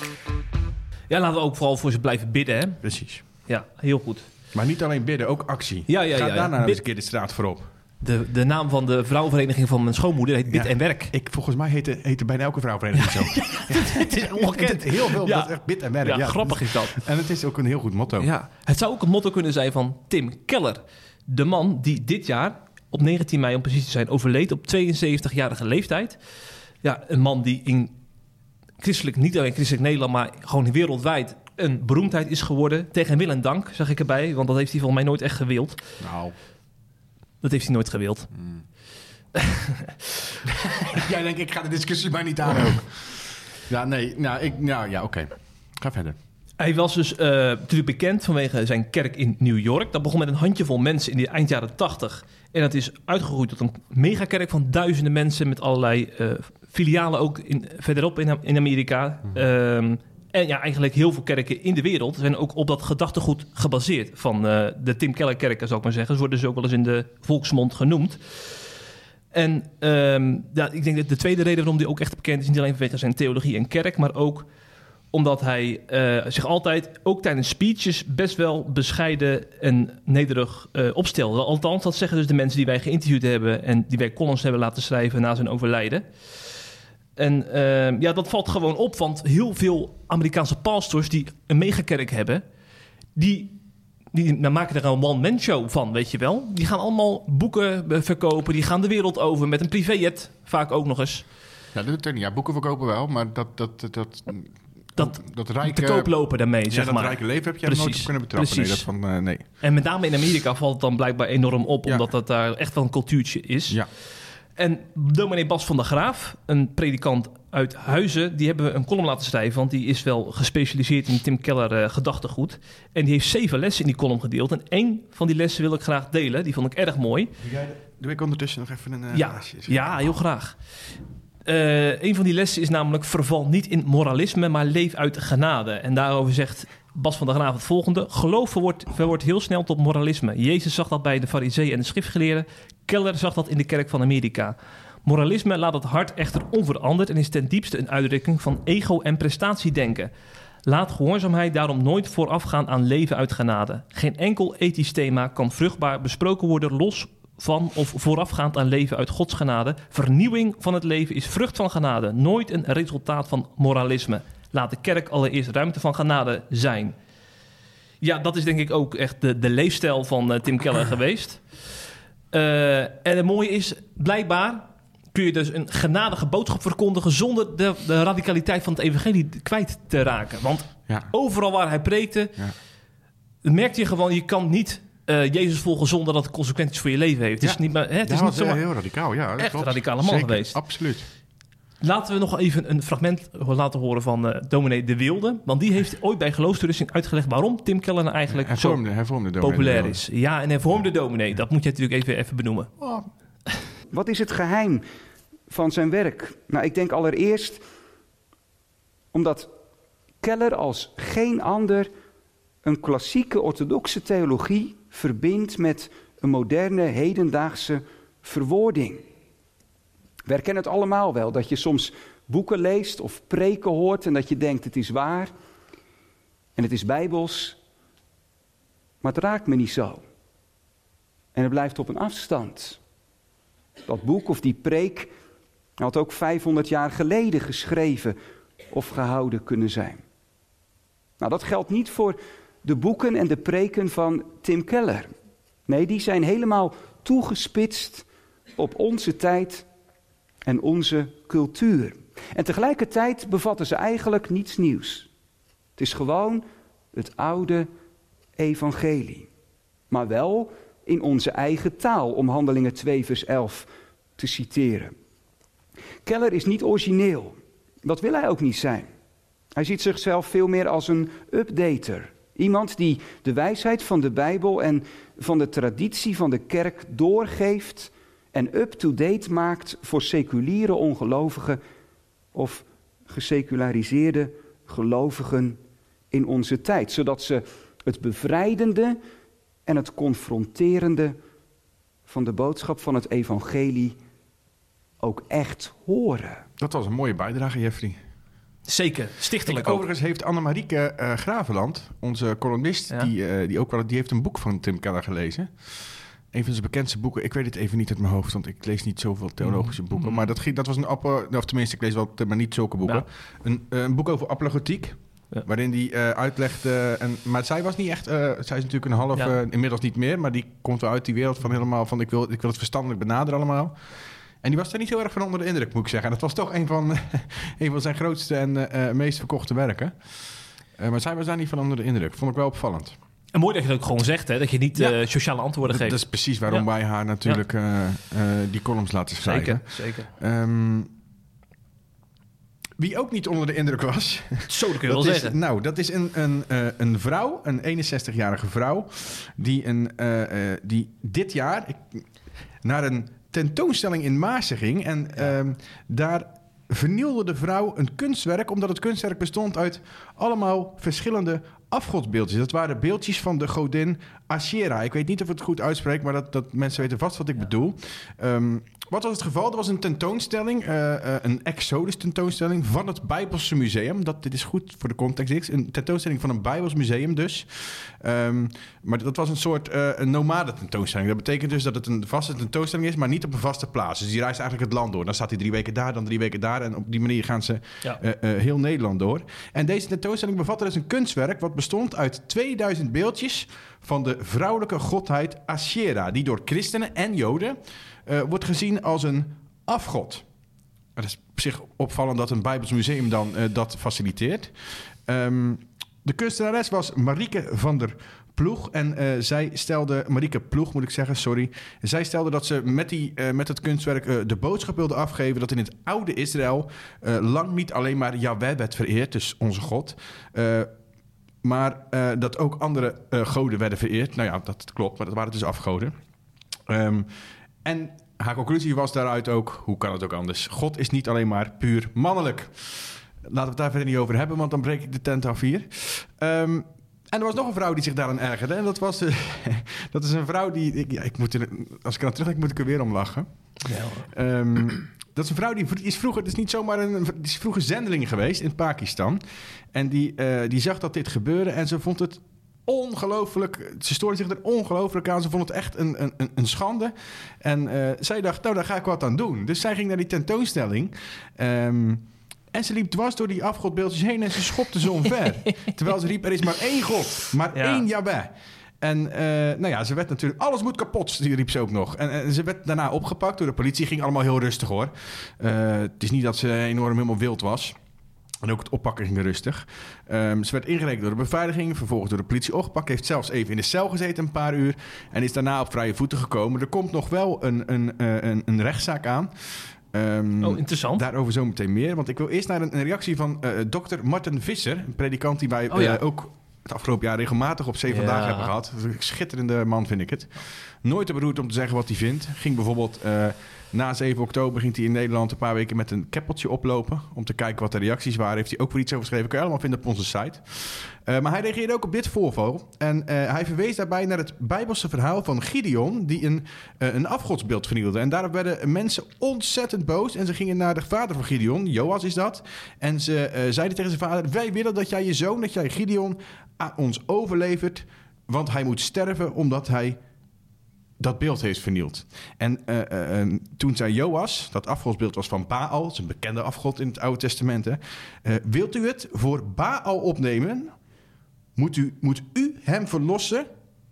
Ja, laten we ook vooral voor ze blijven bidden, hè?
Precies.
Ja, heel goed.
Maar niet alleen bidden, ook actie.
Ja.
Ga daarna eens een keer de straat voorop.
De naam van de vrouwenvereniging van mijn schoonmoeder heet Bid en Werk.
Volgens mij heet bijna elke vrouwenvereniging zo.
Het is ongekend.
Heel veel, dat is echt Bid en Werk.
Ja, grappig is dat.
En het is ook een heel goed motto.
Ja, het zou ook het motto kunnen zijn van Tim Keller. De man die dit jaar, op 19 mei om precies te zijn, overleed op 72-jarige leeftijd. Ja, een man die in niet alleen christelijk Nederland, maar gewoon wereldwijd een beroemdheid is geworden. Tegen wil en dank, zeg ik erbij. Want dat heeft hij volgens mij nooit echt gewild.
Nou...
Dat heeft hij nooit gewild.
Jij denkt, ik ga de discussie maar niet aan ook. Ja, nee. Oké. Ga verder.
Hij was dus natuurlijk bekend vanwege zijn kerk in New York. Dat begon met een handjevol mensen in de eind jaren 80. En dat is uitgegroeid tot een megakerk van duizenden mensen met allerlei filialen ook verderop in Amerika. En ja, eigenlijk heel veel kerken in de wereld zijn ook op dat gedachtegoed gebaseerd van de Tim Keller kerken, zou ik maar zeggen. Ze worden dus ook wel eens in de volksmond genoemd. En ik denk dat de tweede reden waarom hij ook echt bekend is, niet alleen vanwege zijn theologie en kerk, maar ook omdat hij zich altijd, ook tijdens speeches, best wel bescheiden en nederig opstelde. Althans, dat zeggen dus de mensen die wij geïnterviewd hebben en die wij columns hebben laten schrijven na zijn overlijden. En dat valt gewoon op, want heel veel Amerikaanse pastors die een megakerk hebben, die maken er een one-man show van, weet je wel. Die gaan allemaal boeken verkopen, die gaan de wereld over met een privéjet, vaak ook nog eens.
Ja, dat doet er niet. Ja, boeken verkopen wel, maar dat rijke...
te koop lopen daarmee, zeg maar.
Dat rijke leven heb je nooit op kunnen betrappen.
Precies.
Nee.
En met name in Amerika valt het dan blijkbaar enorm op, omdat dat daar echt wel een cultuurtje is. Ja. En dominee Bas van der Graaf, een predikant uit Huizen, die hebben we een column laten schrijven, want die is wel gespecialiseerd in Tim Keller gedachtegoed. En die heeft 7 lessen in die column gedeeld. En 1 van die lessen wil ik graag delen. Die vond ik erg mooi.
Doe ik ondertussen nog even een
Ja, heel graag. Een van die lessen is namelijk: verval niet in moralisme, maar leef uit genade. En daarover zegt Bas van der Graaf het volgende: geloof verwordt heel snel tot moralisme. Jezus zag dat bij de Farizeeën en de schriftgeleerden. Keller zag dat in de kerk van Amerika. Moralisme laat het hart echter onveranderd en is ten diepste een uitdrukking van ego- en prestatiedenken. Laat gehoorzaamheid daarom nooit voorafgaan aan leven uit genade. Geen enkel ethisch thema kan vruchtbaar besproken worden los van of voorafgaand aan leven uit Gods genade. Vernieuwing van het leven is vrucht van genade, nooit een resultaat van moralisme. Laat de kerk allereerst ruimte van genade zijn. Ja, dat is denk ik ook echt de leefstijl van Tim Keller geweest. En het mooie is, blijkbaar kun je dus een genadige boodschap verkondigen zonder de radicaliteit van het evangelie kwijt te raken. Want overal waar hij preekte, merkte je gewoon, je kan niet Jezus volgen zonder dat het consequenties voor je leven heeft. Het is niet maar, het is niet
heel radicaal. Ja, dat
echt
klopt.
een radicale man geweest.
Absoluut.
Laten we nog even een fragment laten horen van dominee De Wilde. Want die heeft ooit bij Geloofstoerusting uitgelegd waarom Tim Keller nou eigenlijk
hervormde
populair is. Ja, een hervormde dominee. Dat moet je natuurlijk even benoemen.
Oh. Wat is het geheim van zijn werk? Nou, ik denk allereerst omdat Keller als geen ander een klassieke orthodoxe theologie verbindt met een moderne, hedendaagse verwoording. We herkennen het allemaal wel, dat je soms boeken leest of preken hoort en dat je denkt het is waar en het is bijbels, maar het raakt me niet zo. En het blijft op een afstand. Dat boek of die preek had ook 500 jaar geleden geschreven of gehouden kunnen zijn. Nou, dat geldt niet voor de boeken en de preken van Tim Keller. Nee, die zijn helemaal toegespitst op onze tijd en onze cultuur. En tegelijkertijd bevatten ze eigenlijk niets nieuws. Het is gewoon het oude evangelie. Maar wel in onze eigen taal, om Handelingen 2 vers 11 te citeren. Keller is niet origineel. Dat wil hij ook niet zijn. Hij ziet zichzelf veel meer als een updater. Iemand die de wijsheid van de Bijbel en van de traditie van de kerk doorgeeft en up-to-date maakt voor seculiere ongelovigen of geseculariseerde gelovigen in onze tijd. Zodat ze het bevrijdende en het confronterende van de boodschap van het evangelie ook echt horen.
Dat was een mooie bijdrage, Jeffrey.
Zeker, stichtelijk ook.
Overigens heeft Annemarieke Graveland, onze columnist, die heeft een boek van Tim Keller gelezen. Een van zijn bekendste boeken. Ik weet het even niet uit mijn hoofd, want ik lees niet zoveel theologische boeken. Maar dat was of tenminste, ik lees wel, maar niet zulke boeken. Ja. Een boek over apologetiek. Ja. Waarin die uitlegde... maar zij was niet echt... zij is natuurlijk een half... inmiddels niet meer, maar die komt wel uit die wereld van helemaal... van ik wil het verstandelijk benaderen allemaal. En die was daar niet heel erg van onder de indruk, moet ik zeggen. En dat was toch een van zijn grootste en meest verkochte werken. Maar zij was daar niet van onder de indruk. Vond ik wel opvallend.
En mooi dat je het ook gewoon zegt, hè? Dat je niet sociale antwoorden geeft.
Dat is precies waarom wij haar natuurlijk die columns laten schrijven.
Zeker.
Wie ook niet onder de indruk was...
Zo, dat kun je wel zeggen.
Nou, dat is een vrouw, een 61-jarige vrouw... die dit jaar naar een tentoonstelling in Maassen ging. En daar vernielde de vrouw een kunstwerk... omdat het kunstwerk bestond uit allemaal verschillende afgodsbeeldjes. Dat waren beeldjes van de godin Asherah. Ik weet niet of ik het goed uitspreek, maar dat mensen weten vast wat ik bedoel. Wat was het geval? Er was een tentoonstelling, een Exodus tentoonstelling van het Bijbelse Museum. Dit is goed voor de context. Een tentoonstelling van een Bijbels museum dus. Maar dat was een soort een nomade tentoonstelling. Dat betekent dus dat het een vaste tentoonstelling is, maar niet op een vaste plaats. Dus die reist eigenlijk het land door. Dan staat hij 3 weken daar, dan 3 weken daar. En op die manier gaan ze heel Nederland door. En deze tentoonstelling bevatte dus een kunstwerk wat bestond uit 2000 beeldjes van de vrouwelijke godheid Asherah, die door christenen en joden wordt gezien als een afgod. Het is op zich opvallend dat een Bijbels museum dan dat faciliteert. De kunstenares was Marieke van der Ploeg. En Marieke Ploeg moet ik zeggen, sorry. Zij stelde dat ze met het kunstwerk de boodschap wilde afgeven dat in het oude Israël lang niet alleen maar Yahweh werd vereerd, dus onze God, maar dat ook andere goden werden vereerd. Nou ja, dat klopt, maar dat waren dus afgoden. En haar conclusie was daaruit ook, hoe kan het ook anders? God is niet alleen maar puur mannelijk. Laten we het daar verder niet over hebben, want dan breek ik de tent af hier. En er was nog een vrouw die zich daaraan ergerde. En dat is een vrouw die... als ik aan terugdenk, moet ik er weer om lachen. Ja. Dat is een vrouw die is vroeger... Het is niet zomaar die is vroeger zendeling geweest in Pakistan. En die zag dat dit gebeurde en ze vond het ongelooflijk. Ze stoorde zich er ongelooflijk aan. Ze vond het echt een schande. En zij dacht, nou, daar ga ik wat aan doen. Dus zij ging naar die tentoonstelling. En ze liep dwars door die afgodbeeldjes heen en ze schopte ze omver. Terwijl ze riep, er is maar één God. Maar één Yahweh. En ze werd natuurlijk... Alles moet kapot, riep ze ook nog. En ze werd daarna opgepakt door de politie. Ging allemaal heel rustig, hoor. Het is niet dat ze enorm helemaal wild was. En ook het oppakken ging rustig. Ze werd ingerekend door de beveiliging. Vervolgens door de politie opgepakt. Heeft zelfs even in de cel gezeten een paar uur. En is daarna op vrije voeten gekomen. Er komt nog wel een rechtszaak aan.
Interessant.
Daarover zo meteen meer. Want ik wil eerst naar een reactie van Dr. Marten Visser. Een predikant die wij ook het afgelopen jaar regelmatig op Zee Vandaag hebben gehad. Een schitterende man vind ik het. Nooit te beroerd om te zeggen wat hij vindt. Ging bijvoorbeeld na 7 oktober ging hij in Nederland een paar weken met een keppeltje oplopen. Om te kijken wat de reacties waren. Heeft hij ook weer iets over geschreven. Kun je allemaal vinden op onze site. Maar hij reageerde ook op dit voorval. En hij verwees daarbij naar het Bijbelse verhaal van Gideon, die een afgodsbeeld vernielde. En daarop werden mensen ontzettend boos. En ze gingen naar de vader van Gideon, Joas is dat. En ze zeiden tegen zijn vader: wij willen dat jij je zoon, dat jij Gideon aan ons overlevert. Want hij moet sterven omdat hij dat beeld heeft vernield. En toen zei Joas, dat afgodsbeeld was van Baal, dat is een bekende afgod in het Oude Testament. Wilt u het voor Baal opnemen? Moet u hem verlossen?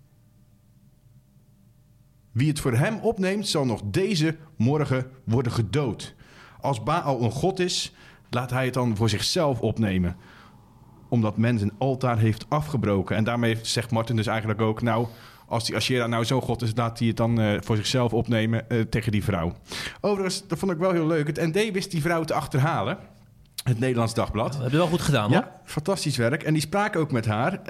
Wie het voor hem opneemt, zal nog deze morgen worden gedood. Als Baal een god is, laat hij het dan voor zichzelf opnemen. Omdat men zijn altaar heeft afgebroken. En daarmee zegt Martin dus eigenlijk ook, nou, als die Asherah nou zo god is, laat hij het dan voor zichzelf opnemen tegen die vrouw. Overigens, dat vond ik wel heel leuk. Het ND wist die vrouw te achterhalen. Het Nederlands Dagblad. Dat
heb je wel goed gedaan, hoor.
Ja, fantastisch werk. En die spraken ook met haar.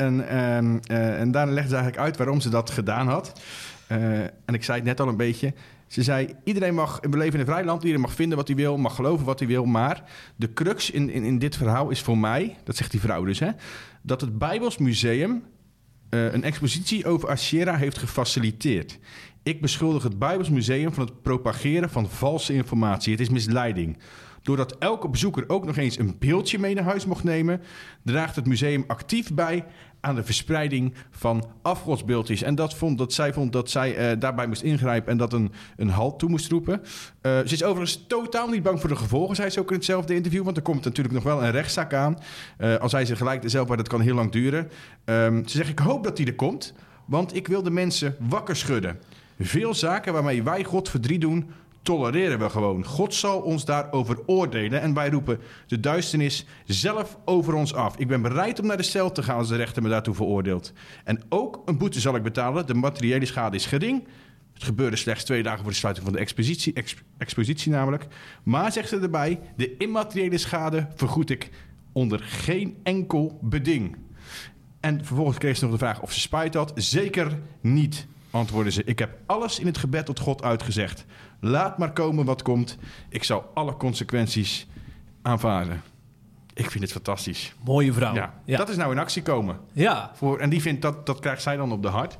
En daarna legde ze eigenlijk uit waarom ze dat gedaan had. En ik zei het net al een beetje. Ze zei, we leven in een vrij land. Iedereen mag vinden wat hij wil, mag geloven wat hij wil. Maar de crux in dit verhaal is voor mij, dat zegt die vrouw dus, dat het Bijbels Museum een expositie over Asherah heeft gefaciliteerd. Ik beschuldig het Bijbels Museum van het propageren van valse informatie. Het is misleiding. Doordat elke bezoeker ook nog eens een beeldje mee naar huis mocht nemen, draagt het museum actief bij aan de verspreiding van afgodsbeeldjes. En zij vond dat zij daarbij moest ingrijpen en dat een halt toe moest roepen. Ze is overigens totaal niet bang voor de gevolgen, zei ze ook in hetzelfde interview, want er komt natuurlijk nog wel een rechtszaak aan. Al zei ze gelijk zelf, maar dat kan heel lang duren. Ze zegt, ik hoop dat die er komt, want ik wil de mensen wakker schudden. Veel zaken waarmee wij God verdriet doen, tolereren we gewoon. God zal ons daarover oordelen en wij roepen de duisternis zelf over ons af. Ik ben bereid om naar de cel te gaan als de rechter me daartoe veroordeelt. En ook een boete zal ik betalen. De materiële schade is gering. Het gebeurde slechts 2 dagen voor de sluiting van de expositie namelijk. Maar, zegt ze erbij, de immateriële schade vergoed ik onder geen enkel beding. En vervolgens kreeg ze nog de vraag of ze spijt had. Zeker niet, antwoordde ze. Ik heb alles in het gebed tot God uitgezegd. Laat maar komen wat komt. Ik zal alle consequenties aanvaarden. Ik vind het fantastisch.
Mooie vrouw.
Ja. Dat is nou in actie komen.
Ja.
En die vindt dat krijgt zij dan op de hart.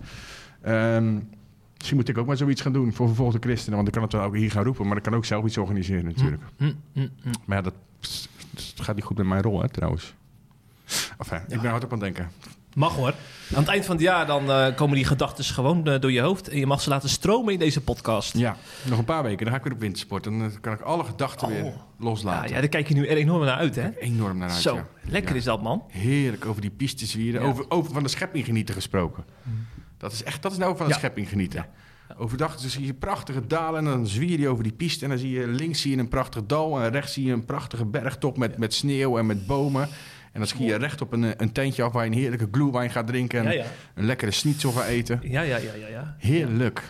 Misschien moet ik ook maar zoiets gaan doen voor vervolgde christenen. Want ik kan het wel ook hier gaan roepen. Maar ik kan ook zelf iets organiseren natuurlijk. Maar ja, dat gaat niet goed met mijn rol, hè, trouwens. Enfin, ik ben hard op aan het denken.
Mag hoor. Aan het eind van het jaar dan komen die gedachten gewoon door je hoofd. En je mag ze laten stromen in deze podcast.
Ja, nog een paar weken. Dan ga ik weer op wintersport. Dan kan ik alle gedachten weer loslaten.
Ja, daar kijk je nu enorm naar uit, hè?
Enorm naar uit,
Zo,
ja.
Lekker is dat, man.
Heerlijk, over die pistes zwieren. Ja. Over van de schepping genieten gesproken. Dat is nou van de schepping genieten. Ja. Overdag zie je prachtige dalen en dan zwier je over die piste. En dan zie je links een prachtig dal en rechts zie je een prachtige bergtop met sneeuw en met bomen. En dan schiet je recht op een tentje af waar je een heerlijke glühwein gaat drinken. En een lekkere schnitzel gaat eten.
Ja.
Heerlijk.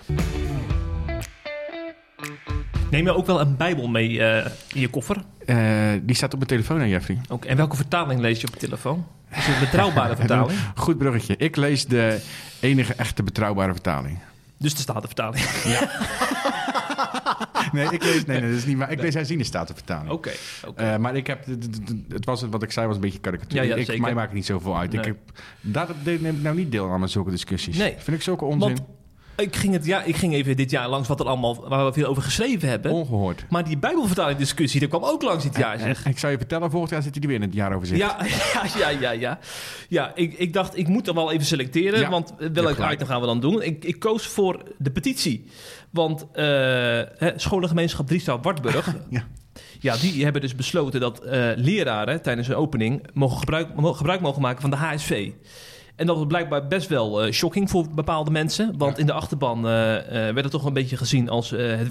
Neem je ook wel een Bijbel mee in je koffer?
Die staat op mijn telefoon, hè, Jeffrey.
Ook. En welke vertaling lees je op je telefoon? Is het een betrouwbare vertaling?
Goed bruggetje. Ik lees de enige echte betrouwbare vertaling.
Dus de Statenvertaling.
Ja. Nee, dat is niet waar. Ik lees Herziene Statenvertaling.
Oké.
Maar ik heb, wat ik zei was een beetje karikatuur.
Ja,
mij maakt het niet zoveel uit.
Nee.
Daar neem ik nou niet deel aan met zulke discussies.
Nee.
Vind ik zulke onzin.
Want ik ging even dit jaar langs waar we veel over geschreven hebben.
Ongehoord.
Maar die Bijbelvertaling discussie, dat kwam ook langs dit jaar, zeg.
Ik zou je vertellen, volgend jaar zit hij er weer in het jaar over zitten.
Ja, ik dacht, ik moet er wel even selecteren. Want welke item gaan we dan doen? Ik koos voor de petitie. Want scholengemeenschap Driesdaal-Wartburg... Ja, die hebben dus besloten dat leraren tijdens een opening gebruik mogen maken van de HSV. En dat was blijkbaar best wel shocking voor bepaalde mensen. Want in de achterban werd het toch een beetje gezien als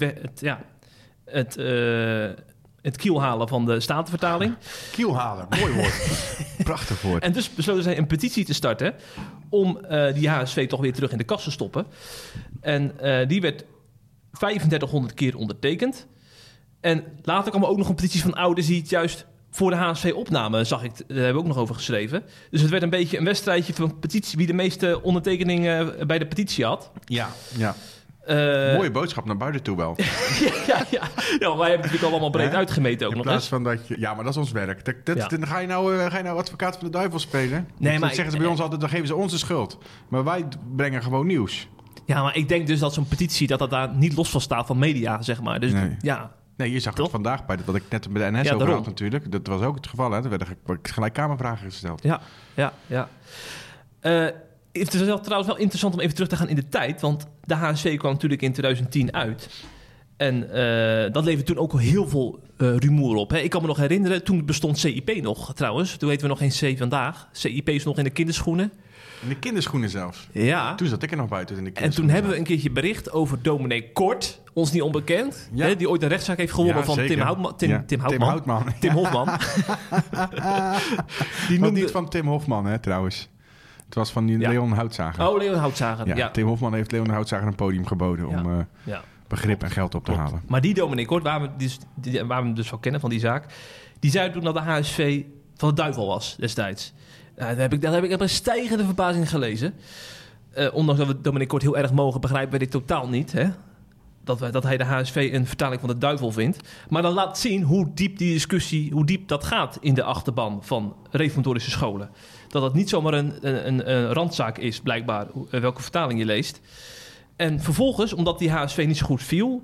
het kielhalen van de Statenvertaling.
Kielhalen, mooi woord. Prachtig woord.
En dus besloten zij een petitie te starten om die HSV toch weer terug in de kast te stoppen. En die werd 3500 keer ondertekend. En later kwam er ook nog een petitie van ouders die het juist voor de HSV opnamen, zag ik. Daar hebben we ook nog over geschreven. Dus het werd een beetje een wedstrijdje van petitie wie de meeste ondertekeningen bij de petitie had.
Ja. Mooie boodschap naar buiten toe wel.
Ja, maar wij hebben het natuurlijk allemaal breed uitgemeten ook
in
nog
plaats
eens.
van dat je... Ja, maar dat is ons werk. Dan ga je nou advocaat van de duivel spelen?
Nee, maar
dat zeggen ze bij ons altijd, dan geven ze ons de schuld. Maar wij brengen gewoon nieuws.
Ja, maar ik denk dus dat zo'n petitie, dat daar niet los van staat van media, zeg maar. Dus
nee.
ja...
Nee, je zag
toch?
Het vandaag bij dat ik net bij de NS over had natuurlijk. Dat was ook het geval, hè. Er werden gelijk kamervragen gesteld.
Ja. Het is trouwens wel interessant om even terug te gaan in de tijd. Want de HSV kwam natuurlijk in 2010 uit. En dat leverde toen ook al heel veel rumoer op. Hè. Ik kan me nog herinneren, toen bestond CIP nog trouwens. Toen weten we nog geen C vandaag. CIP is nog in de kinderschoenen.
In de kinderschoenen zelfs?
Ja.
Toen zat ik er nog buiten in de
kinderschoenen. En toen hebben we een keertje bericht over dominee Kort. Ons niet onbekend.
Ja.
Hè, die ooit een rechtszaak heeft gewonnen van Tim Houtman. Tim Hofman.
Die noemde... niet van Tim Hofman, hè, trouwens. Het was van Leon Houtzager.
Oh, Leon Houtzager. Ja.
Tim Hofman heeft Leon Houtzager een podium geboden om begrip en geld op te halen.
Maar die dominee Kort, waar we hem dus wel kennen van die zaak, die zei toen dat de HSV van de duivel was destijds. Dat heb ik met stijgende verbazing gelezen. Ondanks dat we dominee Kort heel erg mogen, begrijpen we dit totaal niet. Hè? Dat hij de HSV een vertaling van de duivel vindt. Maar dan laat zien hoe diep die discussie, hoe diep dat gaat in de achterban van reformatorische scholen. Dat het niet zomaar een randzaak is, blijkbaar, welke vertaling je leest. En vervolgens, omdat die HSV niet zo goed viel,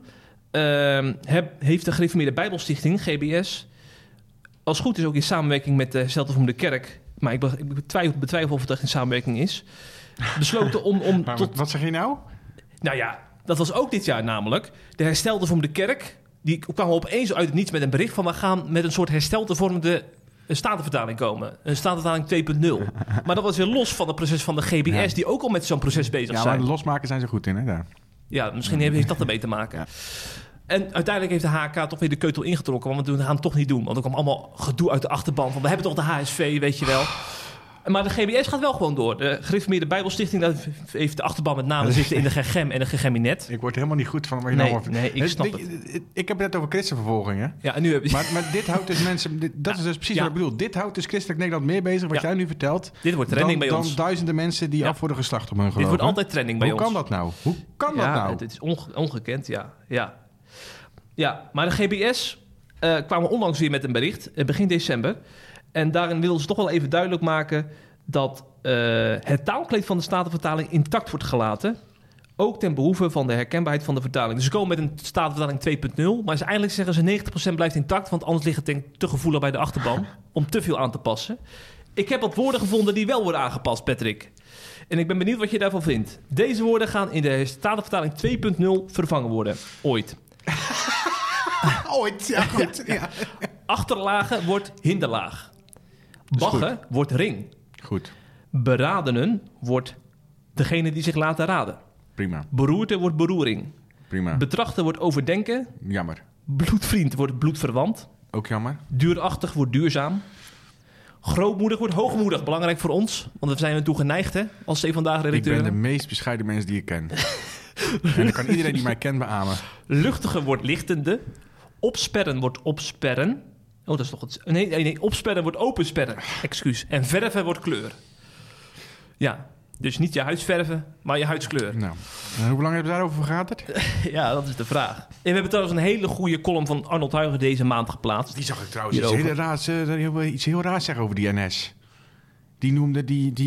heeft de Gereformeerde Bijbelstichting, GBS, als het goed is ook in samenwerking met de Herstelde Kerk, maar ik betwijfel of het echt in samenwerking is, besloten om
Wat zeg je nou?
Nou ja, dat was ook dit jaar namelijk. De Herstelde Kerk, die kwamen opeens uit het niets met een bericht van, we gaan met een soort herstelde statenvertaling komen. Een statenvertaling 2.0. Maar dat was weer los van het proces van de GBS, die ook al met zo'n proces bezig zijn.
Ja, maar losmaken zijn ze goed in, hè? Daar.
Ja, misschien heeft dat ermee te maken. Ja. En uiteindelijk heeft de HK toch weer de keutel ingetrokken, want we gaan het toch niet doen. Want er kwam allemaal gedoe uit de achterban van, we hebben toch de HSV, weet je wel. Maar de GBS gaat wel gewoon door. De Gereformeerde Bijbelstichting, dat heeft de achterban met name zitten in de GGM en de GGMinet.
Ik word helemaal niet goed van wat je
ik snap het.
Ik heb het net over christenvervolging, hè?
Ja, en nu heb je...
maar dit houdt dus mensen... Dat is dus precies wat ik bedoel. Dit houdt dus Christelijk Nederland meer bezig, wat jij nu vertelt.
Dit wordt trending bij ons.
Dan duizenden mensen die af worden geslacht om hun geloof.
Dit wordt altijd trending bij ons.
Hoe kan dat nou? Hoe kan dat nou?
Het is ongekend, ja. Maar de GBS kwamen onlangs weer met een bericht, begin december. En daarin wilden ze toch wel even duidelijk maken dat het taalkleed van de Statenvertaling intact wordt gelaten. Ook ten behoeve van de herkenbaarheid van de vertaling. Dus ze komen met een Statenvertaling 2.0. Maar eigenlijk zeggen ze 90% blijft intact, want anders ligt het te gevoelig bij de achterban om te veel aan te passen. Ik heb wat woorden gevonden die wel worden aangepast, Patrick. En ik ben benieuwd wat je daarvan vindt. Deze woorden gaan in de Statenvertaling 2.0 vervangen worden. Ooit.
Ooit, ja goed. Ja.
Achterlagen wordt hinderlaag. Baggen wordt ring.
Goed.
Beradenen wordt degene die zich laten raden.
Prima.
Beroerte wordt beroering.
Prima.
Betrachten wordt overdenken.
Jammer.
Bloedvriend wordt bloedverwant.
Ook jammer.
Duurachtig wordt duurzaam. Grootmoedig wordt hoogmoedig. Belangrijk voor ons, want we zijn ertoe geneigd, hè, als Stefan Dagen-redacteur.
Ik ben de meest bescheiden mens die ik ken. En dan kan iedereen die mij kent beamen.
Luchtiger wordt lichtende. Opsperren wordt opsperren. Oh, dat is toch het... Nee, opsperren wordt opensperren. Excuus. En verven wordt kleur. Ja, dus niet je huidsverven, maar je huidskleur.
Nou, en hoe lang hebben we daarover vergaderd?
Ja, dat is de vraag. En we hebben trouwens een hele goede column van Arnold Huigen deze maand geplaatst.
Die zag ik trouwens iets heel raars zeggen over die NS. Die noemde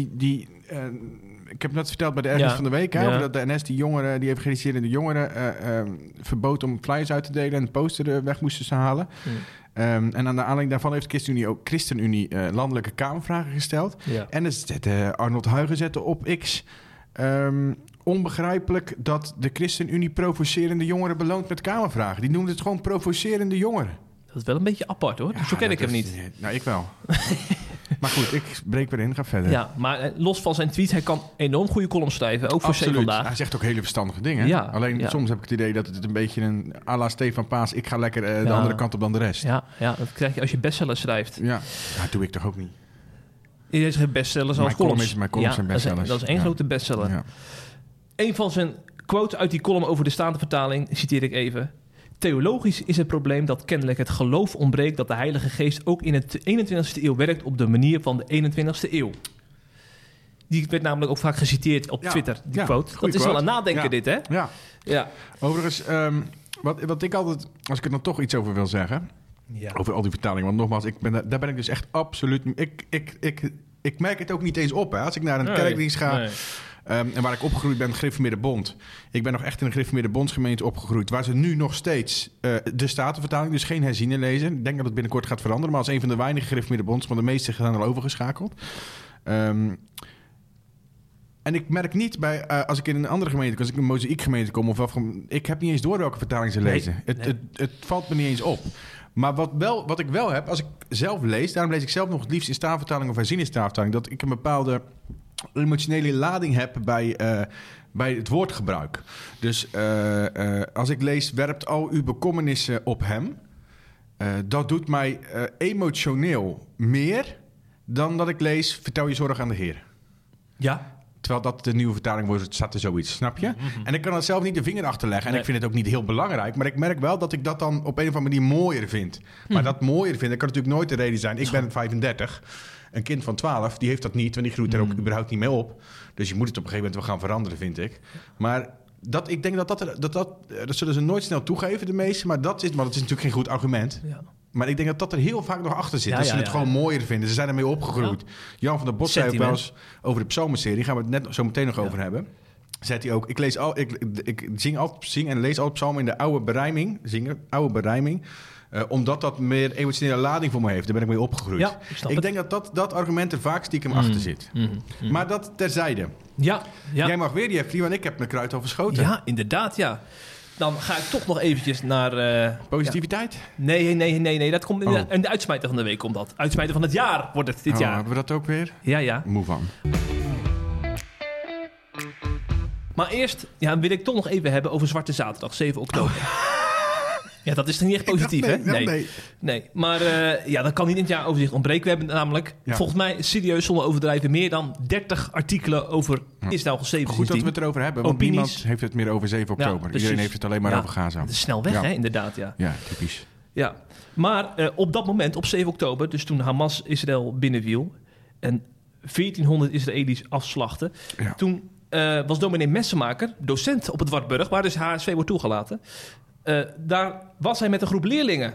ik heb net verteld bij de Ernst van de Week, hè, over dat de NS die evangeliserende jongeren verbood om flyers uit te delen en poster weg moesten ze halen. En aan de aanleiding daarvan heeft ChristenUnie landelijke kamervragen gesteld. Ja. En Arnold Huigen zette op X onbegrijpelijk dat de ChristenUnie provocerende jongeren beloont met kamervragen. Die noemde het gewoon provocerende jongeren. Dat
is wel een beetje apart, hoor. Ja, zo ken ik hem niet.
Nou, ik wel. Maar goed, ik breek weer in. Ga verder.
Ja, maar los van zijn tweet, hij kan enorm goede columns schrijven. Ook voor C vandaag.
Hij zegt ook hele verstandige dingen. Ja, alleen soms heb ik het idee dat het een beetje een à la Stefan Paas. Ik ga lekker de andere kant op dan de rest.
Ja, dat krijg je als je bestsellers schrijft.
Ja, dat doe ik toch ook niet.
Iedereen schrijft bestsellers als columns.
Mijn columns zijn bestsellers.
Dat is één grote bestseller. Ja. Een van zijn quotes uit die column over de Statenvertaling, citeer ik even. Theologisch is het probleem dat kennelijk het geloof ontbreekt dat de Heilige Geest ook in de 21ste eeuw werkt op de manier van de 21ste eeuw. Die werd namelijk ook vaak geciteerd op Twitter, die quote. Dat is wel een nadenken dit, hè?
Ja. Overigens, wat ik altijd, als ik er dan toch iets over wil zeggen, over al die vertalingen, want nogmaals, daar ben ik dus echt absoluut... Ik merk het ook niet eens op, hè. Als ik naar een kerkdienst ga... en waar ik opgegroeid ben, Gereformeerde Bond. Ik ben nog echt in een Gereformeerde Bondsgemeente opgegroeid, waar ze nu nog steeds de Statenvertaling, dus geen herziene lezen. Ik denk dat het binnenkort gaat veranderen, maar als een van de weinige Gereformeerde Bonds, want de meeste zijn al overgeschakeld. En ik merk niet bij, als ik in een andere gemeente, als ik in een mozaïekgemeente kom, ik heb niet eens door welke vertaling ze lezen. Nee. Het valt me niet eens op. Maar wat ik wel heb, als ik zelf lees, daarom lees ik zelf nog het liefst in staafvertaling of herziene staafvertaling, dat ik een bepaalde emotionele lading heb bij het woordgebruik. Dus als ik lees, werpt al uw bekommernissen op hem, dat doet mij emotioneel meer dan dat ik lees, vertel je zorg aan de Heer.
Ja.
Terwijl dat de nieuwe vertaling wordt, staat er zoiets, snap je? Mm-hmm. En ik kan er zelf niet de vinger achter leggen. En ik vind het ook niet heel belangrijk. Maar ik merk wel dat ik dat dan op een of andere manier mooier vind. Maar dat mooier vinden kan natuurlijk nooit de reden zijn. Ik ben 35. Een kind van 12, die heeft dat niet. Want die groeit er ook überhaupt niet mee op. Dus je moet het op een gegeven moment wel gaan veranderen, vind ik. Maar ik denk dat zullen ze nooit snel toegeven, de meesten. Maar dat is natuurlijk geen goed argument. Ja. Maar ik denk dat er heel vaak nog achter zit. Dat ze het gewoon mooier vinden. Ze zijn ermee opgegroeid. Ja. Jan van der Bos zei ook wel eens over de psalmenserie. Gaan we het net zo meteen nog over hebben. Zei hij ook, ik zing en lees altijd psalmen in de oude berijming. Omdat dat meer emotionele lading voor me heeft. Daar ben ik mee opgegroeid. Ja, ik denk dat argument er vaak stiekem achter zit. Maar dat terzijde. Ja. Jij mag weer, Jeffrey, want ik heb mijn kruid al verschoten.
Ja, inderdaad, ja. Dan ga ik toch nog eventjes naar...
Positiviteit?
Nee. Dat komt in de uitsmijter van de week. Komt dat. Uitsmijter van het jaar wordt het dit jaar.
Hebben we dat ook weer?
Ja.
Move on.
Maar eerst wil ik toch nog even hebben over Zwarte Zaterdag, 7 oktober. Ja, dat is toch niet echt positief, hè? Nee. Maar dat kan niet in het jaaroverzicht ontbreken. We hebben namelijk, volgens mij, serieus zonder overdrijven, meer dan 30 artikelen over Israël geschreven.
Goed dat we het erover hebben, want niemand heeft het meer over 7 oktober. Iedereen heeft het alleen maar over Gaza.
Het is snel weg, hè? Inderdaad, ja.
Ja, typisch.
Ja, maar op dat moment, op 7 oktober, dus toen Hamas Israël binnenviel en 1400 Israëli's afslachten, toen was dominee Messenmaker, docent op het Wartburg, waar dus HSV wordt toegelaten. Daar was hij met een groep leerlingen.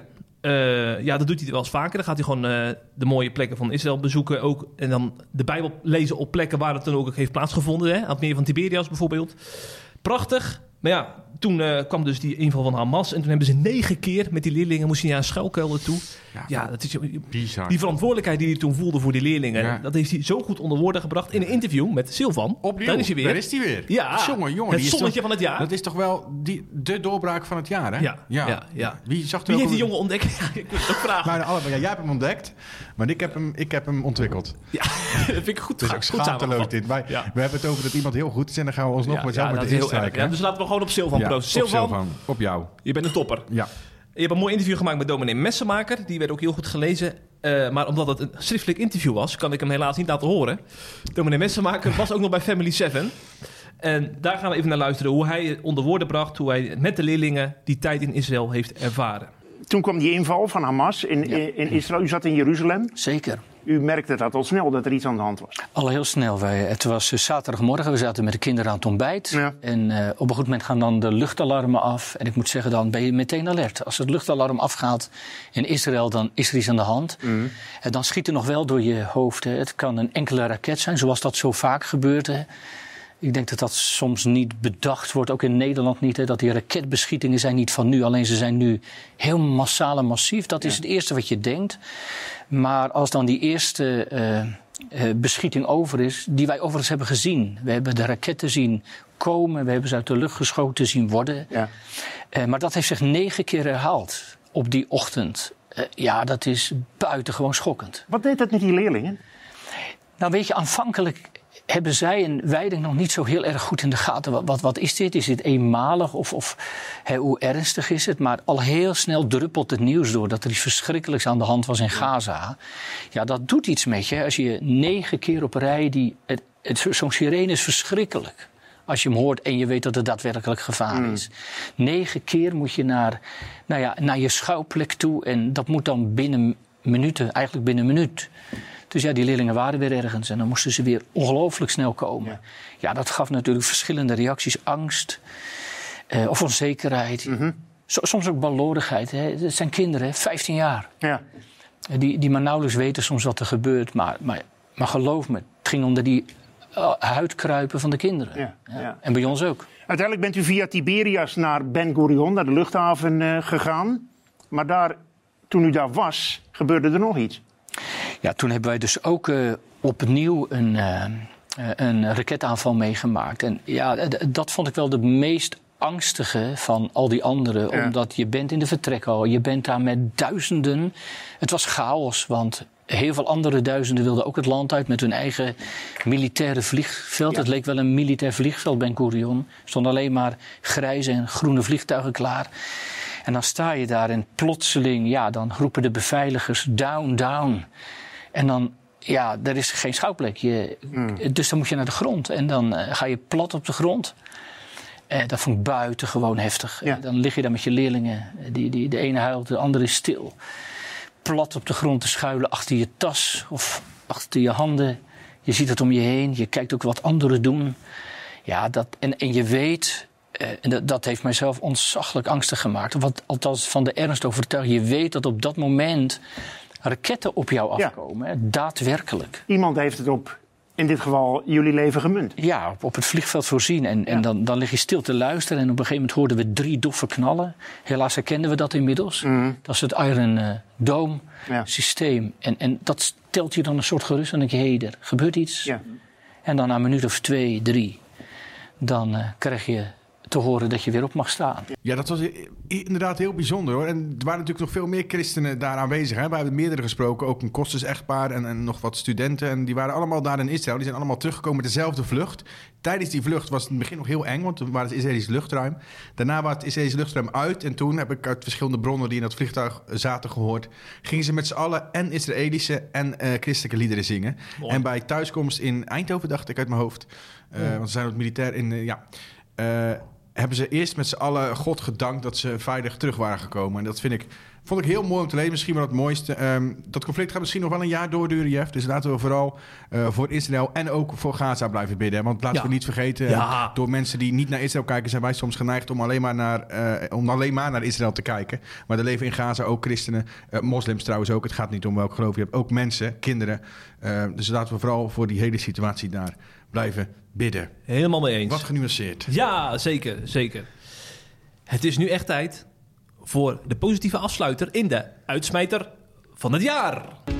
Dat doet hij wel eens vaker. Dan gaat hij gewoon de mooie plekken van Israël bezoeken. Ook, en dan de Bijbel lezen op plekken waar het dan ook heeft plaatsgevonden. Hè? Aan het meer van Tiberias bijvoorbeeld. Prachtig. Maar toen kwam dus die inval van Hamas. En toen hebben ze 9 keer met die leerlingen moesten naar een schuilkelder toe. Ja, dat is bizar. Die verantwoordelijkheid die hij toen voelde voor die leerlingen. Dat heeft hij zo goed onder woorden gebracht in een interview met Silvan.
Opnieuw,
daar is hij weer.
Daar is hij weer.
Ja,
jongen,
het zonnetje van het jaar.
Dat is toch wel de doorbraak van het jaar, hè?
Ja.
Wie
heeft die jongen ontdekt? Ik wil het ook vragen.
Jij hebt hem ontdekt, maar ik heb hem ontwikkeld.
Ja, dat vind ik goed.
Het is ook schaamteloos dit. We hebben het over dat iemand heel goed is en dan gaan we ons nog met erin strijken.
Dus laten we gewoon op Silvan proosten.
Silvan, op jou.
Je bent een topper.
Ja.
Je hebt een mooi interview gemaakt met dominee Messenmaker. Die werd ook heel goed gelezen. Maar omdat het een schriftelijk interview was, kan ik hem helaas niet laten horen. Dominee Messenmaker was ook nog bij Family 7. En daar gaan we even naar luisteren hoe hij onder woorden bracht, hoe hij met de leerlingen die tijd in Israël heeft ervaren.
Toen kwam die inval van Hamas in Israël. U zat in Jeruzalem.
Zeker.
U merkte dat al snel dat er iets aan de hand was.
Al heel snel. Het was zaterdagmorgen. We zaten met de kinderen aan het ontbijt. Ja. En op een goed moment gaan dan de luchtalarmen af. En ik moet zeggen, dan ben je meteen alert. Als het luchtalarm afgaat in Israël, dan is er iets aan de hand. Mm. En dan schiet er nog wel door je hoofd. Het kan een enkele raket zijn, zoals dat zo vaak gebeurt. Ik denk dat dat soms niet bedacht wordt, ook in Nederland niet. Dat die raketbeschietingen zijn niet van nu, alleen ze zijn nu heel massaal en massief. Dat is het eerste wat je denkt. Maar als dan die eerste beschieting over is, die wij overigens hebben gezien. We hebben de raketten zien komen, we hebben ze uit de lucht geschoten zien worden. Ja. Maar dat heeft zich 9 keer herhaald op die ochtend. Dat is buitengewoon schokkend.
Wat deed dat met die leerlingen?
Nou weet je, aanvankelijk hebben zij en wij denk nog niet zo heel erg goed in de gaten. Wat is dit? Is dit eenmalig of hoe ernstig is het? Maar al heel snel druppelt het nieuws door dat er iets verschrikkelijks aan de hand was in Gaza. Ja, dat doet iets met je. Als je 9 keer op rij, zo'n sirene is verschrikkelijk. Als je hem hoort en je weet dat er daadwerkelijk gevaar is. 9 keer moet je naar je schouwplek toe. En dat moet dan binnen minuten, eigenlijk binnen een minuut. Dus ja, die leerlingen waren weer ergens. En dan moesten ze weer ongelooflijk snel komen. Ja, dat gaf natuurlijk verschillende reacties. Angst of onzekerheid. Soms ook balorigheid. Hè. Het zijn kinderen, 15 jaar. Ja. Die maar nauwelijks weten soms wat er gebeurt. Maar geloof me, het ging om die huidkruipen van de kinderen. Ja. En bij ons ook.
Uiteindelijk bent u via Tiberias naar Ben Gurion, naar de luchthaven gegaan. Maar toen u daar was, gebeurde er nog iets.
Ja, toen hebben wij dus ook opnieuw een raketaanval meegemaakt. En ja, dat vond ik wel de meest angstige van al die anderen. Ja. Omdat je bent in de vertrekhal, je bent daar met duizenden. Het was chaos, want heel veel andere duizenden wilden ook het land uit met hun eigen militaire vliegveld. Ja. Het leek wel een militair vliegveld, Ben Gurion. Er stonden alleen maar grijze en groene vliegtuigen klaar. En dan sta je daar en plotseling, dan roepen de beveiligers down, down. En dan, er is geen schouwplek. Dus dan moet je naar de grond. En dan ga je plat op de grond. Dat vond ik buitengewoon heftig. Ja. Dan lig je daar met je leerlingen. De ene huilt, de andere is stil. Plat op de grond te schuilen achter je tas of achter je handen. Je ziet het om je heen. Je kijkt ook wat anderen doen. Ja, en je weet... dat heeft mijzelf ontzaglijk angstig gemaakt. Want althans van de ernst overtuigd. Je weet dat op dat moment raketten op jou afkomen. Ja. Daadwerkelijk.
Iemand heeft het op, in dit geval, jullie leven gemunt.
Ja, op het vliegveld voorzien. En dan lig je stil te luisteren. En op een gegeven moment hoorden we 3 doffe knallen. Helaas herkenden we dat inmiddels. Dat is het Iron Dome systeem. En dat stelt je dan een soort gerust. En dan denk je, er gebeurt iets. Ja. En dan na een minuut of 2, 3... dan krijg je te horen dat je weer op mag staan.
Ja, dat was inderdaad heel bijzonder, hoor. En er waren natuurlijk nog veel meer christenen daar aanwezig. Hè? We hebben meerdere gesproken, ook een kostersechtpaar en nog wat studenten. En die waren allemaal daar in Israël. Die zijn allemaal teruggekomen met dezelfde vlucht. Tijdens die vlucht was het in het begin nog heel eng, want toen was het Israëlisch luchtruim. Daarna was het Israëlisch luchtruim uit. En toen heb ik uit verschillende bronnen die in dat vliegtuig zaten gehoord, gingen ze met z'n allen en Israëlische en christelijke liederen zingen. Mooi. En bij thuiskomst in Eindhoven, dacht ik uit mijn hoofd, want ze zijn ook militair in... hebben ze eerst met z'n allen God gedankt dat ze veilig terug waren gekomen. En dat vond ik heel mooi om te lezen. Misschien wel het mooiste. Dat conflict gaat misschien nog wel een jaar doorduren, Jeff. Dus laten we vooral voor Israël en ook voor Gaza blijven bidden. Want laten we niet vergeten, door mensen die niet naar Israël kijken, zijn wij soms geneigd om alleen maar naar Israël te kijken. Maar er leven in Gaza ook christenen, moslims trouwens ook. Het gaat niet om welk geloof je hebt. Ook mensen, kinderen. Dus laten we vooral voor die hele situatie daar blijven bidden.
Helemaal mee eens.
Wat genuanceerd.
Ja, zeker, zeker. Het is nu echt tijd voor de positieve afsluiter in de uitsmijter van het jaar.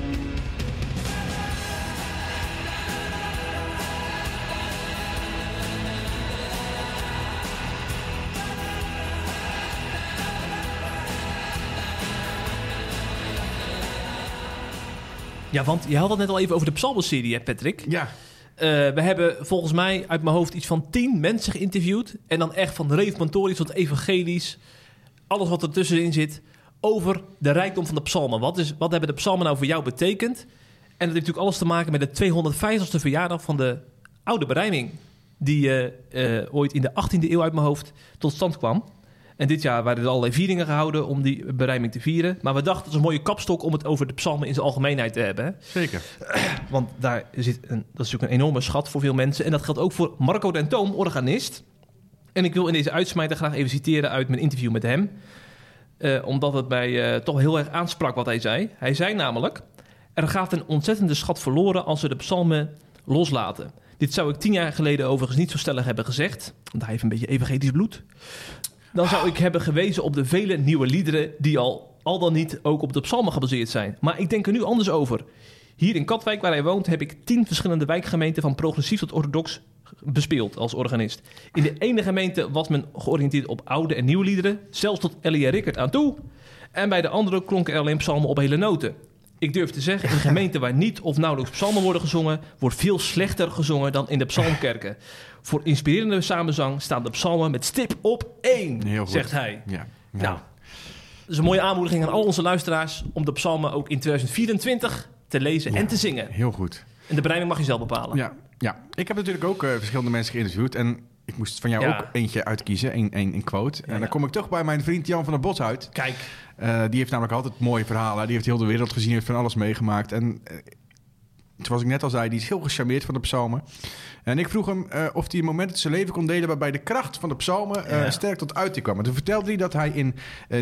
Ja, want je had het net al even over de psalmenserie, hè, Patrick?
Ja.
We hebben volgens mij uit mijn hoofd iets van 10 mensen geïnterviewd. En dan echt van reformatorisch tot evangelisch. Alles wat er tussenin zit. Over de rijkdom van de psalmen. Wat hebben de psalmen nou voor jou betekend? En dat heeft natuurlijk alles te maken met de 250ste verjaardag van de oude berijming. Die ooit in de 18e eeuw uit mijn hoofd tot stand kwam. En dit jaar waren er allerlei vieringen gehouden om die berijming te vieren. Maar we dachten, dat is een mooie kapstok om het over de psalmen in zijn algemeenheid te hebben. Hè?
Zeker.
Want dat is natuurlijk een enorme schat voor veel mensen. En dat geldt ook voor Marco den Toom, organist. En ik wil in deze uitsmijter graag even citeren uit mijn interview met hem. Omdat het mij toch heel erg aansprak wat hij zei. Hij zei namelijk: er gaat een ontzettende schat verloren als we de psalmen loslaten. Dit zou ik 10 jaar geleden overigens niet zo stellig hebben gezegd. Want hij heeft een beetje evangelisch bloed. Dan zou ik hebben gewezen op de vele nieuwe liederen die al dan niet ook op de psalmen gebaseerd zijn. Maar ik denk er nu anders over. Hier in Katwijk, waar hij woont, heb ik 10 verschillende wijkgemeenten van progressief tot orthodox bespeeld als organist. In de ene gemeente was men georiënteerd op oude en nieuwe liederen, zelfs tot Elia Rickert aan toe. En bij de andere klonken er alleen psalmen op hele noten. Ik durf te zeggen, in gemeenten waar niet of nauwelijks psalmen worden gezongen, wordt veel slechter gezongen dan in de psalmkerken. Voor inspirerende samenzang staan de psalmen met stip op 1, zegt hij. Ja. Nou, dat is een mooie aanmoediging aan al onze luisteraars om de psalmen ook in 2024 te lezen en te zingen.
Heel goed.
En de bereiding mag je zelf bepalen.
Ja. Ik heb natuurlijk ook verschillende mensen geïnterviewd. En Ik moest van jou ook eentje uitkiezen, een quote. En dan kom ik toch bij mijn vriend Jan van der Bos uit.
Kijk.
Die heeft namelijk altijd mooie verhalen. Die heeft heel de wereld gezien, heeft van alles meegemaakt. En zoals ik net al zei, die is heel gecharmeerd van de psalmen. En ik vroeg hem of hij een moment in zijn leven kon delen waarbij de kracht van de psalmen sterk tot uiting kwam. En toen vertelde hij dat hij in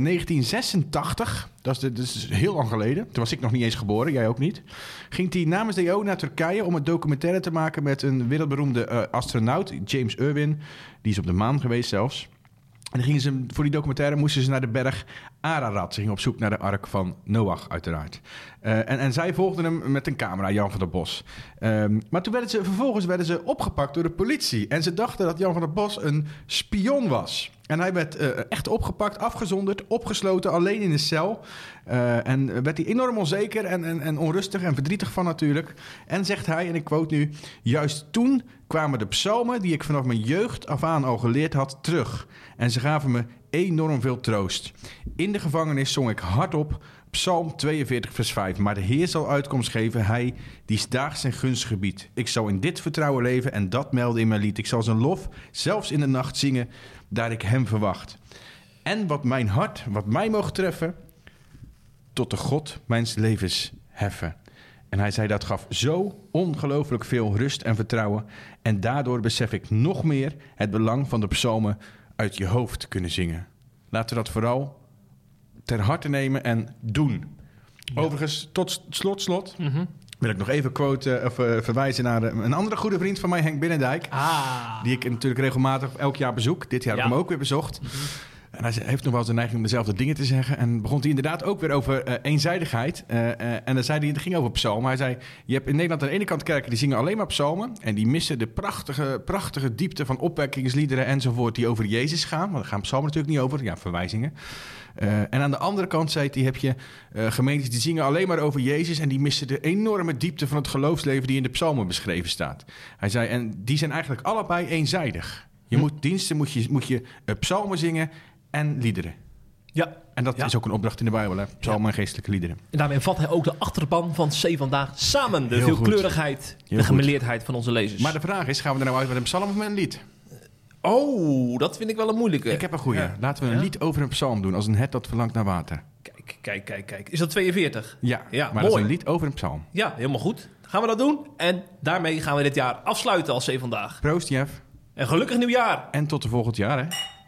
1986, dat is heel lang geleden, toen was ik nog niet eens geboren, jij ook niet, ging hij namens de EO naar Turkije om een documentaire te maken met een wereldberoemde astronaut, James Irwin. Die is op de maan geweest zelfs. En dan gingen ze, voor die documentaire moesten ze naar de berg Ararat. Ze gingen op zoek naar de ark van Noach, uiteraard. En zij volgden hem met een camera, Jan van der Bos. Maar toen vervolgens werden ze opgepakt door de politie. En ze dachten dat Jan van der Bos een spion was. En hij werd echt opgepakt, afgezonderd, opgesloten, alleen in een cel. En werd hij enorm onzeker en onrustig en verdrietig van natuurlijk. En zegt hij, en ik quote nu, juist toen kwamen de psalmen die ik vanaf mijn jeugd af aan al geleerd had terug. En ze gaven me enorm veel troost. In de gevangenis zong ik hardop Psalm 42 vers 5. Maar de Heer zal uitkomst geven, hij die daags zijn gunst gebiedt. Ik zal in dit vertrouwen leven en dat melden in mijn lied. Ik zal zijn lof zelfs in de nacht zingen, daar ik hem verwacht. En wat mijn hart, wat mij mogen treffen, tot de God mijns levens heffen. En hij zei, dat gaf zo ongelooflijk veel rust en vertrouwen. En daardoor besef ik nog meer het belang van de psalmen uit je hoofd kunnen zingen. Laten we dat vooral ter harte nemen en doen. Ja. Overigens, tot slot wil ik nog even verwijzen naar een andere goede vriend van mij, Henk Binnendijk. Die ik natuurlijk regelmatig elk jaar bezoek. Dit jaar heb ik hem ook weer bezocht. En hij heeft nog wel eens de neiging om dezelfde dingen te zeggen. En begon hij inderdaad ook weer over eenzijdigheid. En dan zei hij, het ging over psalmen. Hij zei, je hebt in Nederland aan de ene kant kerken die zingen alleen maar psalmen. En die missen de prachtige diepte van opwekkingsliederen enzovoort die over Jezus gaan. Want daar gaan psalmen natuurlijk niet over. Ja, verwijzingen. En aan de andere kant, zei hij, heb je gemeentes die zingen alleen maar over Jezus. En die missen de enorme diepte van het geloofsleven die in de psalmen beschreven staat. Hij zei, en die zijn eigenlijk allebei eenzijdig. Je moet diensten, moet je psalmen zingen en liederen. Ja. En dat is ook een opdracht in de Bijbel, hè? Psalmen en geestelijke liederen.
En daarmee vat hij ook de achterban van C vandaag samen. De veelkleurigheid, de gemeleerdheid van onze lezers.
Maar de vraag is, gaan we er nou uit met een psalm of met een lied?
Oh, dat vind ik wel een moeilijke.
Ik heb een goeie. Ja. Laten we een lied over een psalm doen, als een het dat verlangt naar water.
Kijk. Is dat 42?
Ja, maar mooi. Dat is een lied over een psalm.
Ja, helemaal goed. Gaan we dat doen? En daarmee gaan we dit jaar afsluiten als C vandaag.
Proost, Jeff.
En gelukkig nieuwjaar.
En tot de volgend jaar, hè.